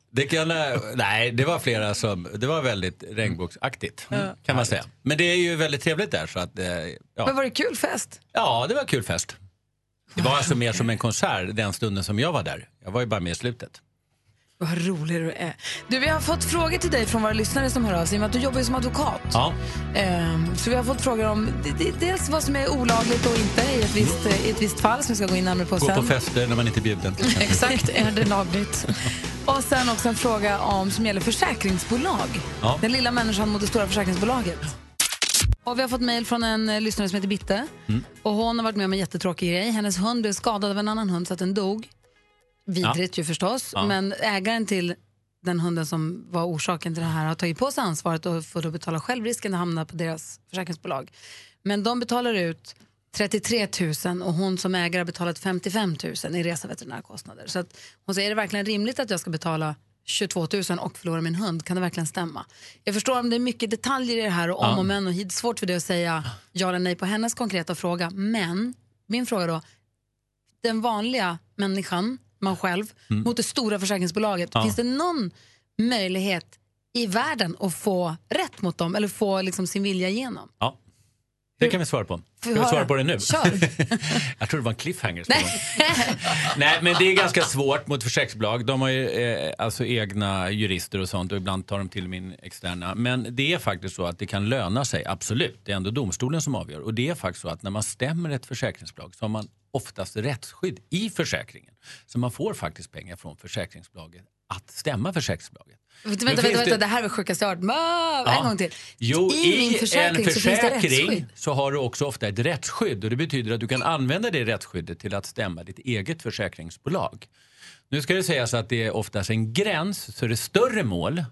Nej, det var flera som... Det var väldigt regnbågsaktigt, kan man säga. Men det är ju väldigt trevligt där, så att... Ja. Men var det kul fest? Ja, det var kul fest. Det var alltså mer som en konsert den stunden som jag var där. Jag var ju bara med i slutet. Vad rolig du är. Du, vi har fått frågor till dig från våra lyssnare som hör av sig, med att du jobbar ju som advokat. Ja. Så vi har fått frågor om dels vad som är olagligt och inte i ett visst fall som vi ska gå in närmare på sen. Gå på fester när man inte är bjuden. Exakt, är det lagligt? Och sen också en fråga som gäller försäkringsbolag. Ja. Den lilla människan mot det stora försäkringsbolaget. Och vi har fått mejl från en lyssnare som heter Bitte. Och hon har varit med om en jättetråkig grej. Hennes hund blev skadad av en annan hund så att den dog. Vidrigt ju förstås. Ja. Men ägaren till den hunden som var orsaken till det här har tagit på sig ansvaret och får då betala självrisken och hamna på deras försäkringsbolag. Men de betalar ut 33 000 och hon som ägare har betalat 55 000 i resaveterinärkostnader. Så att hon säger, är det verkligen rimligt att jag ska betala 22 000 och förlora min hund? Kan det verkligen stämma? Jag förstår om det är mycket detaljer i det här och om och men och hit. Svårt för det att säga ja eller nej på hennes konkreta fråga. Men min fråga då, den vanliga människan, man själv, mot det stora försäkringsbolaget. Finns det någon möjlighet i världen att få rätt mot dem eller få liksom sin vilja igenom? Ja. Det kan vi svara på. Ska vi svara på det nu? Kör. Jag tror det var en cliffhanger. Nej, men det är ganska svårt mot försäkringsbolag. De har ju alltså egna jurister och sånt och ibland tar de till min externa. Men det är faktiskt så att det kan löna sig, absolut. Det är ändå domstolen som avgör. Och det är faktiskt så att när man stämmer ett försäkringsbolag så har man oftast rättsskydd i försäkringen. Så man får faktiskt pengar från försäkringsbolaget att stämma försäkringsbolaget. Vänta, det här är sjukaste jag hört. En gång till. Jo, i en försäkring så har du också ofta ett rättsskydd. Och det betyder att du kan använda det rättsskyddet till att stämma ditt eget försäkringsbolag. Nu ska det sägas att det är oftast en gräns, så är det större mål.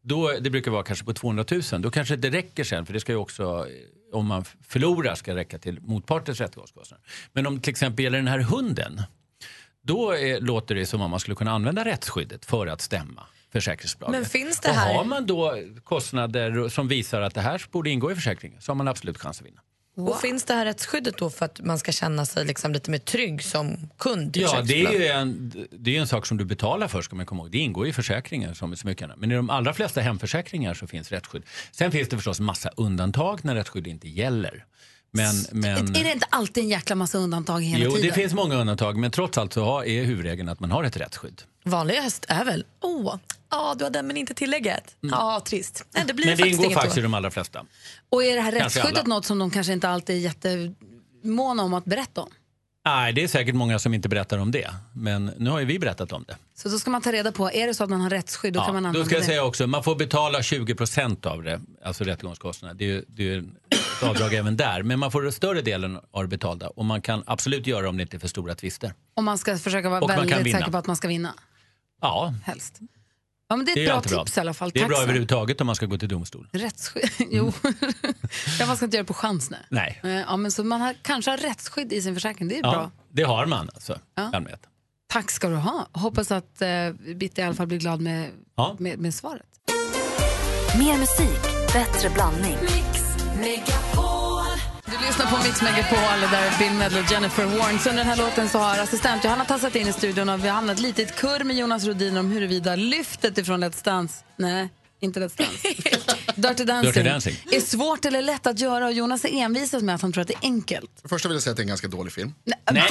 det brukar vara kanske på 200 000. Då kanske det räcker sen, för det ska ju också, om man förlorar, ska räcka till motpartens rättegångskostnader. Men om till exempel gäller den här hunden, då låter det som om man skulle kunna använda rättsskyddet för att stämma försäkringsbolaget. Men finns det här... Och har man då kostnader som visar att det här borde ingå i försäkringen, så har man absolut chans att vinna. Wow. Och finns det här rättsskyddet då för att man ska känna sig liksom lite mer trygg som kund? Ja, det är ju en sak som du betalar för, ska man komma ihåg. Det ingår i försäkringar som är så mycket. Men i de allra flesta hemförsäkringar så finns rättsskydd. Sen finns det förstås massa undantag när rättsskydd inte gäller. Men är det inte alltid en jäkla massa undantag hela tiden? Jo, det finns många undantag, men trots allt så är huvudregeln att man har ett rättsskydd. Vanligast är väl, du har den men inte tillägget. Trist. Nej, det blir men det ingår faktiskt i de allra flesta. Och är det här rättsskyddet något som de kanske inte alltid är jättemåna om att berätta om? Nej, det är säkert många som inte berättar om det. Men nu har ju vi berättat om det. Så då ska man ta reda på, är det så att man har rättsskydd, då kan man använda det. Då ska jag säga också, man får betala 20% av det, alltså rättegångskostnaderna. Det är ett avdrag även där. Men man får den större delen av det betalda. Och man kan absolut göra om det inte är för stora tvister. Och man ska försöka vara väldigt säker på att man ska vinna. Ja. Helst. Ja, men det är ett bra tips i alla fall. Det är bra överhuvudtaget om man ska gå till domstol. Rättsskydd, jo. Man ska inte göra det på chans nu. Nej. Ja, men så man kanske har rättsskydd i sin försäkring, det är bra. Det har man alltså. Tack ska du ha. Hoppas att Bitte i alla fall blir glad med svaret. Mer musik, bättre blandning. Du lyssnar på Mix Megapol där Bill Medley och Jennifer Warren. Så under den här låten så har assistent Johanna tassat in i studion och vi har hamnat lite i ett kurr med Jonas Rodin om huruvida lyftet ifrån Let's Dance, nej, inte Let's Dance, Dirty Dancing är svårt eller lätt att göra, och Jonas är envisas med att han tror att det är enkelt. Först vill jag säga att det är en ganska dålig film. Nej.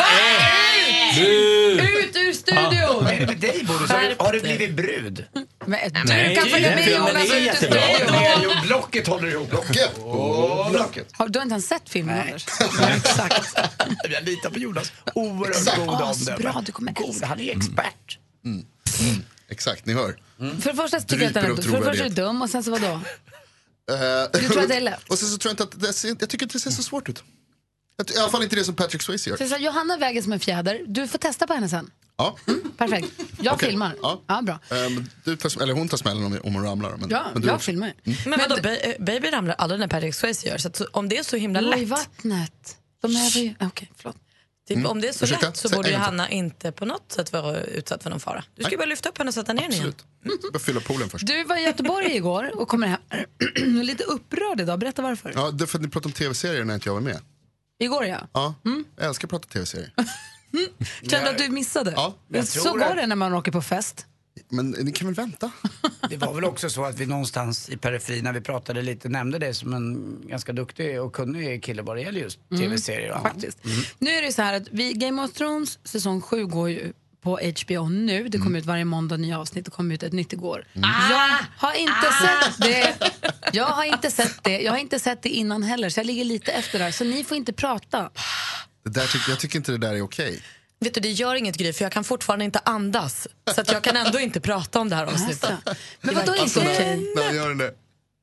Ut ur studion! Vad är det med dig, Boris? Har du blivit brud? Men du kan följa med Jonas ut ur studion. Blocket håller ihop. Blocket! Blocket. Du har inte ens sett filmen, Anders? Exakt. Jag litar på Jonas. Oerhört god omdöme. Bra, du kommer älska. Han är expert. Exakt, ni hör. För det första tycker jag att den är dum, och sen så vadå? Du tror att det är lätt? Och sen så tror jag inte att jag tycker att det ser så svårt ut. I alla fall inte det som Patrick Swayze gör. Så Johanna väger som en fjäder. Du får testa på henne sen. Ja. Perfekt. Jag filmar. Ja, bra. Hon tar smällen om hon ramlar. Men jag filmar. Men vadå, Baby ramlar aldrig när Patrick Swayze gör. Så att, om det är så himla lätt. I vattnet. Okej, förlåt. Typ, om det är så lätt så borde Johanna inte på något sätt vara utsatt för någon fara. Du ska bara lyfta upp henne och sätta ner henne igen. Bara fylla poolen först. Du var i Göteborg igår och kommer hem lite upprörd idag. Berätta varför. Ja, det är för att ni pratar om tv-serier när inte jag var med. Igår, ja. Ja, jag älskar att prata tv-serier. Kände att du missade? Ja. Så går det när man åker på fest. Men ni kan väl vänta? Det var väl också så att vi någonstans i periferin när vi pratade lite nämnde det som en ganska duktig och kunnig kille bara gäller just tv-serier och faktiskt. Nu är det så här att Game of Thrones säsong 7 går ju på HBO nu. Det kommer ut varje måndag nya avsnitt. Det kommer ut ett nytt igår. Jag har inte sett det. Jag har inte sett det. Jag har inte sett det innan heller. Så jag ligger lite efter där. Så ni får inte prata. Jag tycker inte det där är okej. Vet du, det gör inget Gry, för jag kan fortfarande inte andas. Så att jag kan ändå inte prata om det här avsnittet. Men vadå inte okej? Nej, gör den det.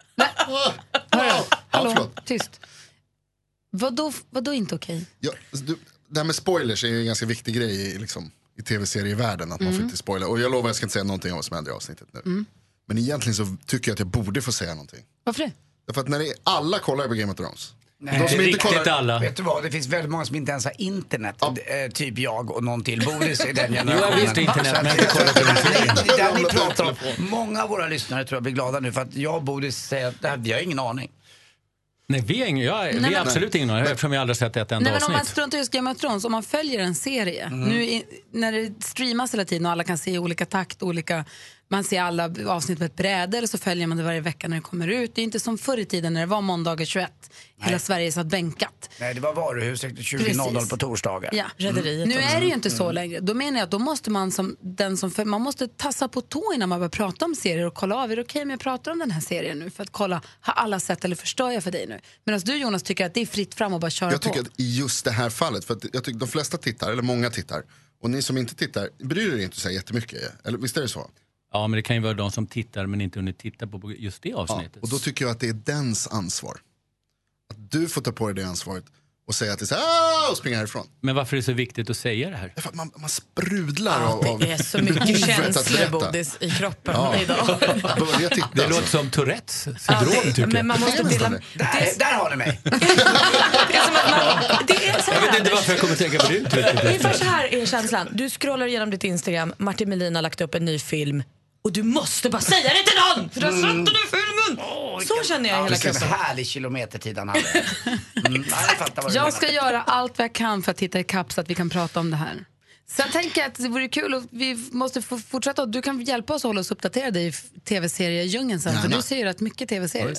Hallå, tyst. Vadå inte okej? Ja, det här med spoilers är ju en ganska viktig grej liksom, i tv-serievärlden. Att man får inte spoila. Och jag lovar, jag ska inte säga någonting om vad som händer i avsnittet nu. Men egentligen så tycker jag att jag borde få säga någonting. Varför det? Därför att när alla kollar på Game of Thrones. Nej, de som inte kollar, alla. Vet du vad, det finns väldigt många som inte ens har internet. Typ jag och någon till. Boris i den generationen. Jo, jag visste internet, men inte kollar på det där ni pratar om. Många av våra lyssnare tror jag blir glada nu för att jag och Boris säger att vi har ingen aning. Nej, vi har absolut ingen aning, eftersom jag aldrig sett ett enda avsnitt. Men om man struntar just Game of Thrones, om man följer en serie, nu när det streamas hela tiden och alla kan se i olika takt, man ser alla avsnitt på ett bräde eller så följer man det varje vecka när det kommer ut. Det är inte som förr i tiden när det var måndagar 21. Hela Sverige satt bänkat. Nej, det var varuhuset 20.00 på torsdagar. Ja. Nu är det ju inte så längre. Då menar jag att då måste man man måste tassa på tå innan man börjar prata om serier och kolla av, är det okej om jag pratar om den här serien nu? För att kolla, har alla sett eller förstör jag för dig nu? Medan du, Jonas, tycker att det är fritt fram och bara köra på. Jag tycker att i just det här fallet, för att jag tycker de flesta tittar, eller många tittar, och ni som inte tittar, bryr er inte så jättemycket. Eller visst är det så? Ja, men det kan ju vara de som tittar men inte hunnit titta på just det avsnittet. Ja, och då tycker jag att det är dens ansvar. Att du får ta på dig det ansvaret och säga att det är så här, och springa härifrån. Men varför är det så viktigt att säga det här? För att man sprudlar av det är så mycket känslor i kroppen idag. Börja titta. Det låter som Tourettes syndrom, tycker jag. Men man måste där har ni mig. Jag vet inte varför jag kommer tänka på det uttrycket. Ungefär så här är känslan. Du scrollar igenom ditt Instagram, Martin Melin har lagt upp en ny film och du måste bara säga det till någon för du har sett den i filmen. Så känner jag hela kroppen. Det är en härlig kilometertid han hade. Jag ska göra allt vad jag kan för att hitta i kapp så att vi kan prata om det här. Sen tänker jag att det vore kul och vi måste fortsätta. Du kan hjälpa oss att hålla oss uppdaterade i tv-seriedjungeln sen. För du ser ju rätt mycket tv-serier.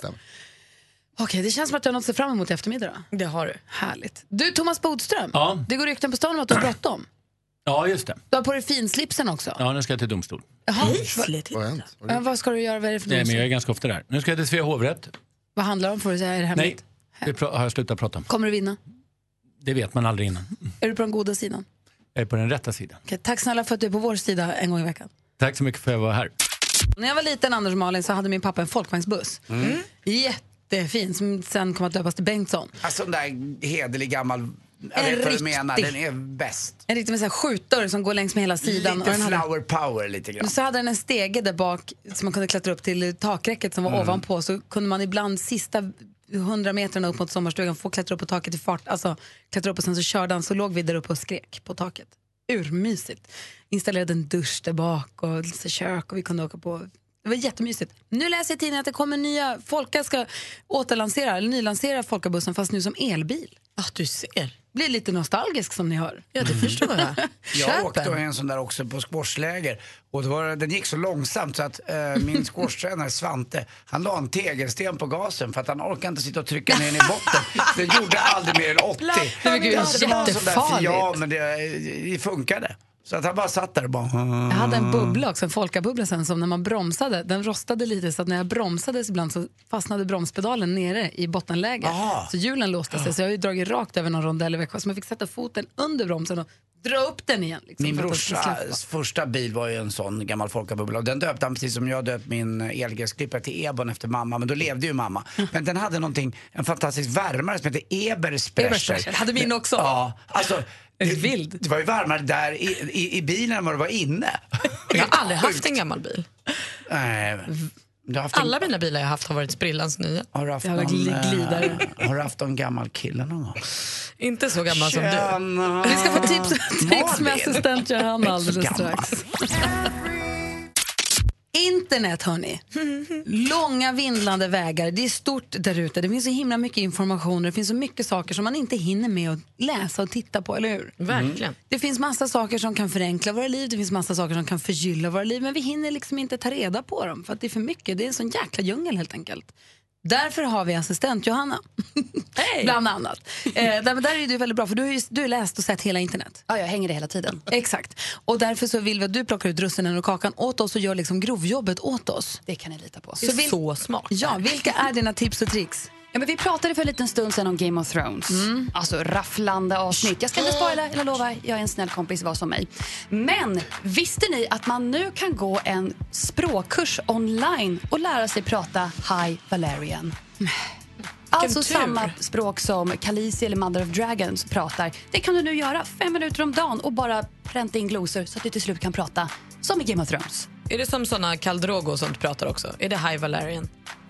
Okej, det känns som att du har något att se fram emot i eftermiddag. Det har du. Härligt. Du, Thomas Bodström. Ja. Det går rykten på stan om att du har bråttom. Ja, just det. Du har på dig finslipsen också. Ja, nu ska jag till domstol. Jaha. Vad ska du göra? Vad är det för domstol? Nej, men jag är ganska ofta där. Nu ska jag till Svea hovrätt. Vad handlar det om för att säga? Är det hemligt? Nej, det har jag slutat prata om. Kommer du vinna? Det vet man aldrig innan. Är du på den goda sidan? Jag är på den rätta sidan. Okej, tack snälla för att du är på vår sida en gång i veckan. Tack så mycket för att jag var här. När jag var liten, Anders och Malin, så hade min pappa en folkvagnsbuss. Jättefin, som sen kom att döpas till Bengtsson. Alltså den där hederlig gammal... Jag vet vad du menar, den är bäst. En riktig med så här skjutdörr som går längs med hela sidan. Lite och den flower power lite grann. Så hade den en stege där bak som man kunde klättra upp till takräcket som var ovanpå. Så kunde man ibland sista 100 meterna upp mot sommarstugan få klättra upp på taket i fart. Alltså klättra upp och sen så körde han, så låg vi där uppe och skrek på taket. Urmysigt. Installerade en dusch där bak och lite kök och vi kunde åka på. Det var jättemysigt. Nu läser jag i tidningen att det kommer nya, Folka ska återlansera eller nylansera Folkabussen fast nu som elbil. Du ser. Blir lite nostalgisk som ni hör. Ja, det förstår jag. Jag åkte en sån där också på squashläger och den gick så långsamt så att min squashtränare Svante, han la en tegelsten på gasen för att han orkade inte sitta och trycka ner den i botten. Det gjorde aldrig mer än 80. Det var jättefarligt. Ja, men det funkade. Så att han bara satt där och bara... Jag hade en bubbla också, en folkabubbla sen, som när man bromsade, den rostade lite så att när jag bromsade ibland så fastnade bromspedalen nere i bottenläge. Så hjulen låste sig, så jag har ju dragit rakt över någon rondell i veckan, så man fick sätta foten under bromsen och dra upp den igen. Liksom, min brorsas första bil var ju en sån gammal folkabubbla och den döpte han precis som jag döpt min elgräsklippare till Ebon efter mamma, men då levde ju mamma. Men den hade en fantastisk värmare som hette Ebersprecher. Hade min också. Ja, alltså... Det var ju varmare där i bilen än vad det var inne. Jag har aldrig haft en gammal bil. Alla mina bilar jag haft har varit sprillans nya. Har du haft glidare? Har du haft en gammal kille någon gång? Inte så gammal som du. Vi ska få tips och tricks med assistent Johanna alldeles strax. Internet, hörni. Långa vindlande vägar. Det är stort där ute. Det finns så himla mycket information. Det finns så mycket saker som man inte hinner med att läsa och titta på, eller hur? Verkligen. Det finns massa saker som kan förenkla våra liv. Det finns massa saker som kan förgylla våra liv. Men vi hinner liksom inte ta reda på dem. För att det är för mycket. Det är en sån jäkla djungel helt enkelt. Därför har vi assistent Johanna. Hey. Bland annat. Där är du väldigt bra, för du har läst och sett hela internet. Ja, jag hänger det hela tiden. Exakt. Och därför så vill vi att du plockar ut russinen och kakan åt oss och gör liksom grovjobbet åt oss. Det kan ni lita på. Det är så smart. Ja, vilka är dina tips och tricks? Ja, men vi pratade för en liten stund sedan om Game of Thrones. Alltså rafflande avsnitt. Jag ska inte spoila, jag lovar. Jag är en snäll kompis, var som mig. Men visste ni att man nu kan gå en språkkurs online och lära sig prata High Valerian? Alltså samma språk som Khaleesi eller Mother of Dragons pratar. Det kan du nu göra 5 minuter om dagen och bara pränta in glosor så att du till slut kan prata som i Game of Thrones. Är det som såna Khal Drogo och sånt pratar också? Är det High Valerian?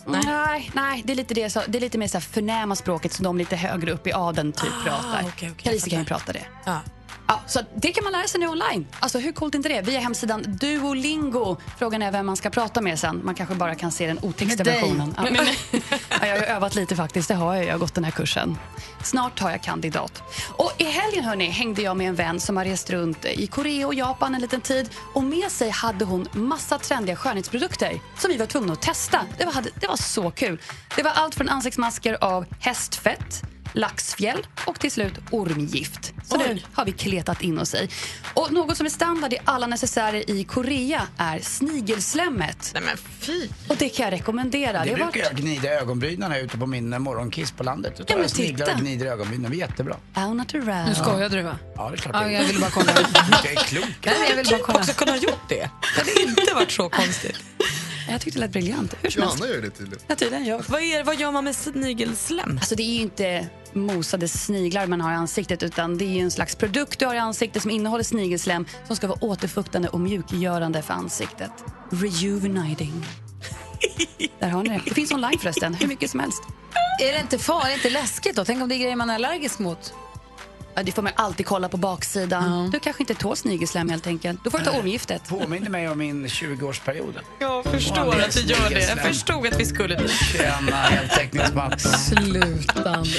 Nej, det är lite det, det är lite mer så här förnäma språket som de lite högre upp i adeln typ pratar. Khaleesi kan ju prata det. Ja, så det kan man lära sig nu online. Alltså hur coolt är inte det? Via hemsidan Duolingo. Frågan är vem man ska prata med sen. Man kanske bara kan se den otexta versionen. Ja, jag har ju övat lite faktiskt. Det har jag gått den här kursen. Snart har jag kandidat. Och i helgen, hörni, hängde jag med en vän som har rest runt i Korea och Japan en liten tid. Och med sig hade hon massa trendiga skönhetsprodukter som vi var tvungna att testa. Det var så kul. Det var allt från ansiktsmasker av hästfett, laxfjäll och till slut ormgift. Så det har vi kletat in oss i. Och något som är standard i alla necessärer i Korea är snigelslämmet. Nej men fy! Och det kan jag rekommendera. Det brukar jag gnida ögonbrynen ute på min morgonkiss på landet. Jag tar jag sniglar och gnider ögonbrynen. Det är jättebra. Natural. Nu skojade du, va? Ja, det är klart. Jag vill bara kolla. Det är klokt. Jag vill bara kolla. Också kunna ha gjort det. Det hade inte varit så konstigt. Jag tyckte det lät briljant. Johanna gör det tydligen. Ja, tydligen jag. Vad gör man med snigelslem? Alltså det är ju inte mosade sniglar man har i ansiktet, utan det är ju en slags produkt du har i ansiktet som innehåller snigelslem som ska vara återfuktande och mjukgörande för ansiktet. Rejuvenating. Där har ni det. Det finns online förresten, hur mycket som helst. Är det inte farligt, inte läskigt då? Tänk om det är grejer man är allergisk mot? Ja, det får man alltid kolla på baksidan. Du kanske inte tål snigelslem helt enkelt. Då får du ta ormgiftet. Påminner mig om min 20-årsperiod. Jag förstår att du gör det. Jag förstod att vi skulle bli. Tjena, heltäckningsmatta. Slutande.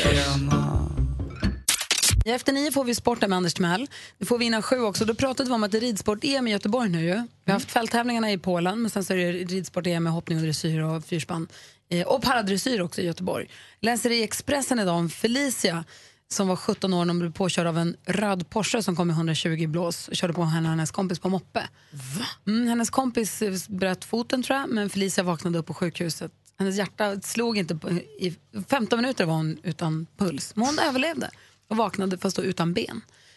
Ja, efter 9 får vi sporten med Anders Timell. Det får vi innan 7 också. Då pratade vi om att det är ridsport-EM i Göteborg nu ju. Vi har haft fälttävlingarna i Polen, men sen så är det ridsport-EM med hoppning och dressyr och fyrspann. Och paradressyr också i Göteborg. Läser i Expressen idag om Felicia som var 17 år när hon blev påkörd av en röd Porsche som kom i 120 blås och körde på henne och hennes kompis på moppe. Va? Hennes kompis bröt foten tror jag, men Felicia vaknade upp på sjukhuset. Hennes hjärta slog inte i 15 minuter var hon utan puls. Men hon överlevde och vaknade fast då utan ben.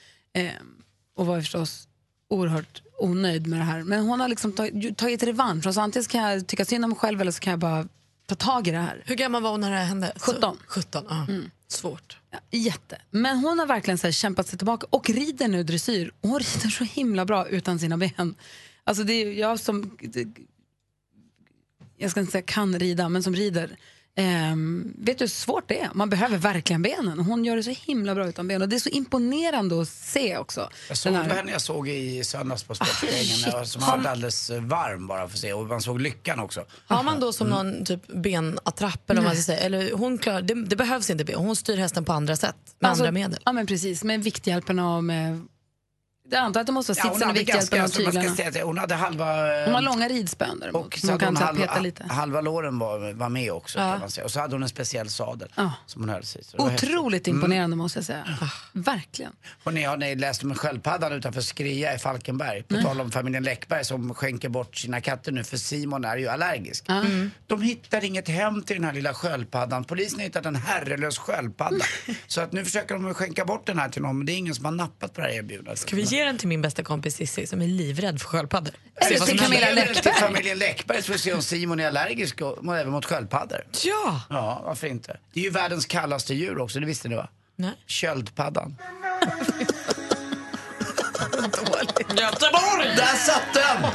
Och var förstås oerhört onöjd med det här. Men hon har liksom tagit revansch. Så antingen kan jag tycka synd om mig själv eller så kan jag bara ta tag i det här. Hur gammal var hon när det hände? 17. 17, ja. Svårt. Ja, jätte. Men hon har verkligen så här kämpat sig tillbaka och rider nu dressyr. Och hon rider så himla bra utan sina ben. Alltså det är jag som... Jag ska inte säga kan rida, men som rider. Vet du hur svårt det är? Man behöver verkligen benen. Hon gör det så himla bra utan ben. Och det är så imponerande att se också. Jag såg henne jag såg i söndags på Sportspegeln som var alldeles varm bara för att se. Och man såg lyckan också. Har man då som någon typ benattrapp eller vad man ska säga? Eller hon klarar, det behövs inte ben. Hon styr hästen på andra sätt. Med andra medel. Ja men precis, med vikthjälperna och med... Det antar att det måste vara sitsen och vikthjälpen och tyglarna. Hon hade halva... Hon har långa ridspön däremot. Och så hade kan hon peta lite. halva låren var med också kan man säga. Och så hade hon en speciell sadel som hon höll sig. Otroligt imponerande måste jag säga. Verkligen. Och har ni läst om en sköldpaddan utanför Skria i Falkenberg? På tal om familjen Läckberg som skänker bort sina katter nu för Simon är ju allergisk. De hittar inget hem till den här lilla sköldpaddan. Polisen har hittat en herrelös sköldpadda. Så att nu försöker de skänka bort den här till någon. Men det är ingen som har nappat på det här erbjudandet. Ska vi ge den till min bästa kompis Sissi som är livrädd för sköldpaddor? Eller till Camilla Läckberg. Till familjen Läckberg så får vi se om Simon är allergisk och även mot sköldpaddor. Ja! Ja, varför inte? Det är ju världens kallaste djur också, det visste ni va? Nej. Köldpaddan. Göteborg! Där satt den!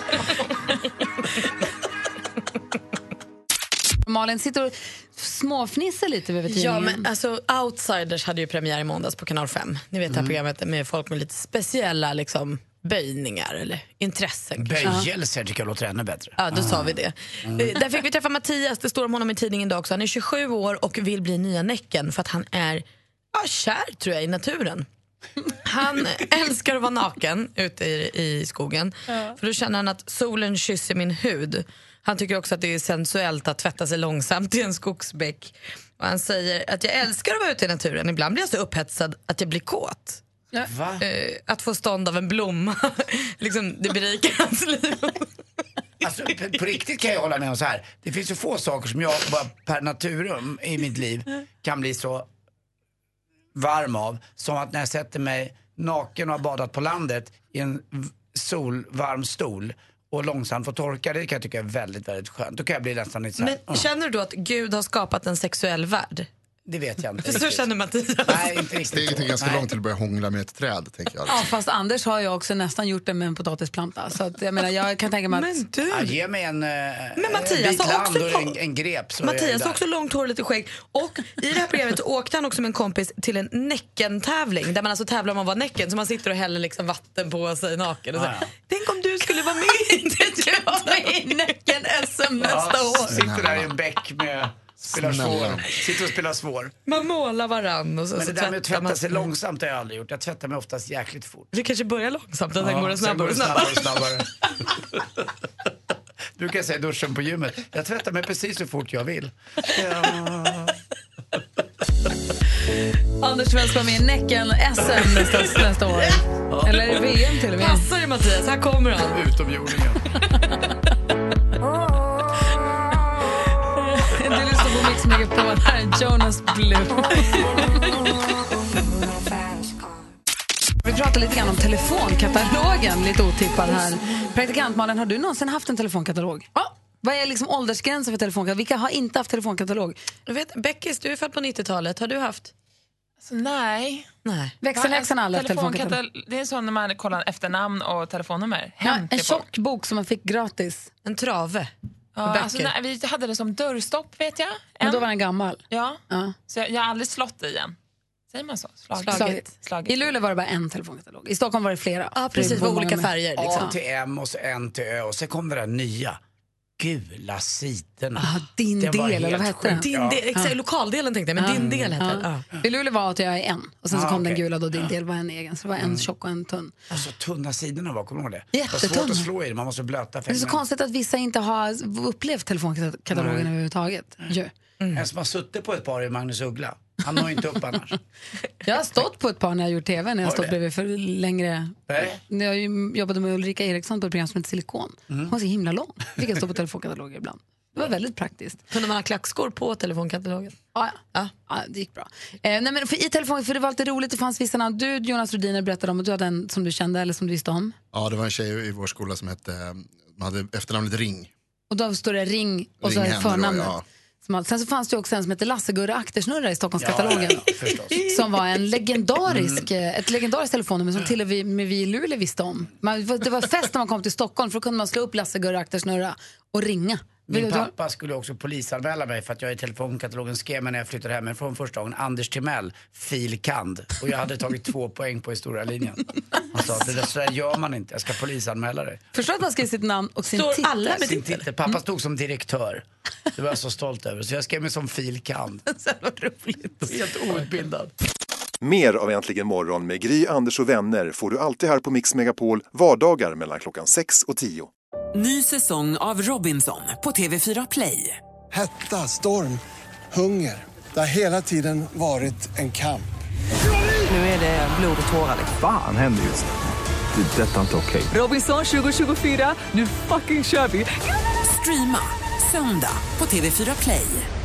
Malin sitter och småfnissar lite över tidningen. Ja, men alltså Outsiders hade ju premiär i måndags på Kanal 5. Ni vet det här programmet med folk med lite speciella liksom böjningar eller intressen. Böjelser tycker jag låter ännu bättre. Ja, då sa vi det. Där fick vi träffa Mattias, det står om honom i tidningen idag också. Han är 27 år och vill bli nya Näcken för att han är kär tror jag i naturen. Han älskar att vara naken ute i skogen. För då känner han att solen kysser min hud. Han tycker också att det är sensuellt att tvätta sig långsamt i en skogsbäck. Och han säger att jag älskar att vara ute i naturen. Ibland blir jag så upphetsad att jag blir kåt. Att få stånd av en blomma liksom, det berikar hans liv. Alltså, på riktigt kan jag hålla med om så här. Det finns ju få saker som jag bara per naturum i mitt liv kan bli så varm av. Som att när jag sätter mig naken och har badat på landet i en solvarm stol och långsamt får torka, det kan jag tycka är väldigt, väldigt skönt. Då kan jag bli nästan lite så här. Men känner du då att Gud har skapat en sexuell värld? Det vet jag inte. För så känner Mattias. Nej, inte riktigt. Steget är ganska långt till att börja hångla med ett träd, tänker jag. Ja, fast Anders har ju också nästan gjort det med en potatisplanta. Så att, jag menar, jag kan tänka mig att... Men du... Ja, ge mig en Mattias bit land också och en grep. Så Mattias har också långt hår och lite skägg. Och i det här programmet åkte han också med en kompis till en Näcken-tävling. Där man alltså tävlar om att vara Näcken. Så man sitter och häller liksom vatten på sig naken. Och så. Tänk om du skulle vara med i Näcken-SM nästa år. Sitter där i en bäck med... Sitter och spelar svår. Man målar varann och så. Men så det där med att tvätta sig långsamt har jag aldrig gjort. Jag tvättar mig oftast jäkligt fort. Vi kanske börjar långsamt och sen går det snabbare. Du kan säga duschen på gymmet. Jag tvättar mig precis så fort jag vill. Anders Timell ska vara med i Näcken SM nästa år. Eller är det VM till och med? Passar det Mattias, här kommer han. Utomjordingen. Du lyssnar på Mix Megapol, här är Jonas Blue. Vi pratar lite grann om telefonkatalogen, lite otippad här. Praktikant Malin, har du någonsin haft en telefonkatalog? Ja, Vad är liksom åldersgränsen för telefonkatalog? Vilka har inte haft telefonkatalog? Jag vet, Beckis, du är född på 90-talet. Har du haft? Alltså, nej. Växelläxan har aldrig telefonkatalog. Det är så när man kollar efternamn och telefonnummer. En tjock bok som man fick gratis. En trave. Ja, alltså, nej, vi hade det som dörrstopp, vet jag. Men då var den gammal. Ja. Så jag har aldrig slått i en. Säger man så? Slagit. I Luleå var det bara en telefonkatalog. I Stockholm var det flera. Ja, precis. Det var olika färger. Liksom. A till M och så N till Ö. Och så kom det där nya. Gula sidorna. Din del, eller vad hette den? Din del, exakt, lokaldelen tänkte jag, men din del hette det. I Luleå var A till Ö en. Och sen så kom den gula då din del var en egen. Så det var en tjock och en tunn. Och så tunna sidorna var, kommer du ihåg det? Jättetunna. Det var svårt att slå i det, man måste blöta. Det är så konstigt att vissa inte har upplevt telefonkatalogen överhuvudtaget. En som har suttit på ett par är Magnus Uggla. Han når inte upp annars. Jag har stått på ett par när jag gjort tv. När jag stått bredvid för längre. När jag jobbade med Ulrika Eriksson på ett program som heter Silikon. Hon var så himla lång. Vi kan stå på telefonkataloger ibland. Det var väldigt praktiskt. Kunde man ha klackskor på telefonkatalogen? Ja, det gick bra. Nej, men för i telefon, för det var alltid roligt, det fanns vissa namn. Du, Jonas Rhodiner, berättade om att du hade en som du kände eller som du visste om. Ja, det var en tjej i vår skola som hade efternamnet Ring. Och då står det Ring och så är förnamnet. Sen så fanns det också en som heter Lasse-Gurra Aktersnurra i Stockholmskatalogen. Som var en ett legendariskt telefonnummer som till och med vi i Luleå visste om. Det var fest när man kom till Stockholm, för då kunde man slå upp Lasse-Gurra Aktersnurra och ringa. Min pappa skulle också polisanmäla mig för att jag i telefonkatalogen skrev mig när jag flyttade hem från första gången. Anders Timell, filkand. Och jag hade tagit 2 poäng på historia linjen. Han sa, det där gör man inte, jag ska polisanmäla dig. Förstår att man skrev sitt namn och sin titel. Alla med sin titel. Pappa stod som direktör. Det var jag så stolt över. Så jag skrev mig som filkand. Så vad roligt. Helt outbildad. Mer av Äntligen morgon med Gry, Anders och vänner får du alltid här på Mix Megapol vardagar mellan klockan 6 och 10. Ny säsong av Robinson på TV4 Play. Hetta, storm, hunger. Det har hela tiden varit en kamp. Nu är det blod och tårar. Fan händer just det. Det är detta inte okej. Robinson 2024, nu fucking kör vi. Streama söndag på TV4 Play.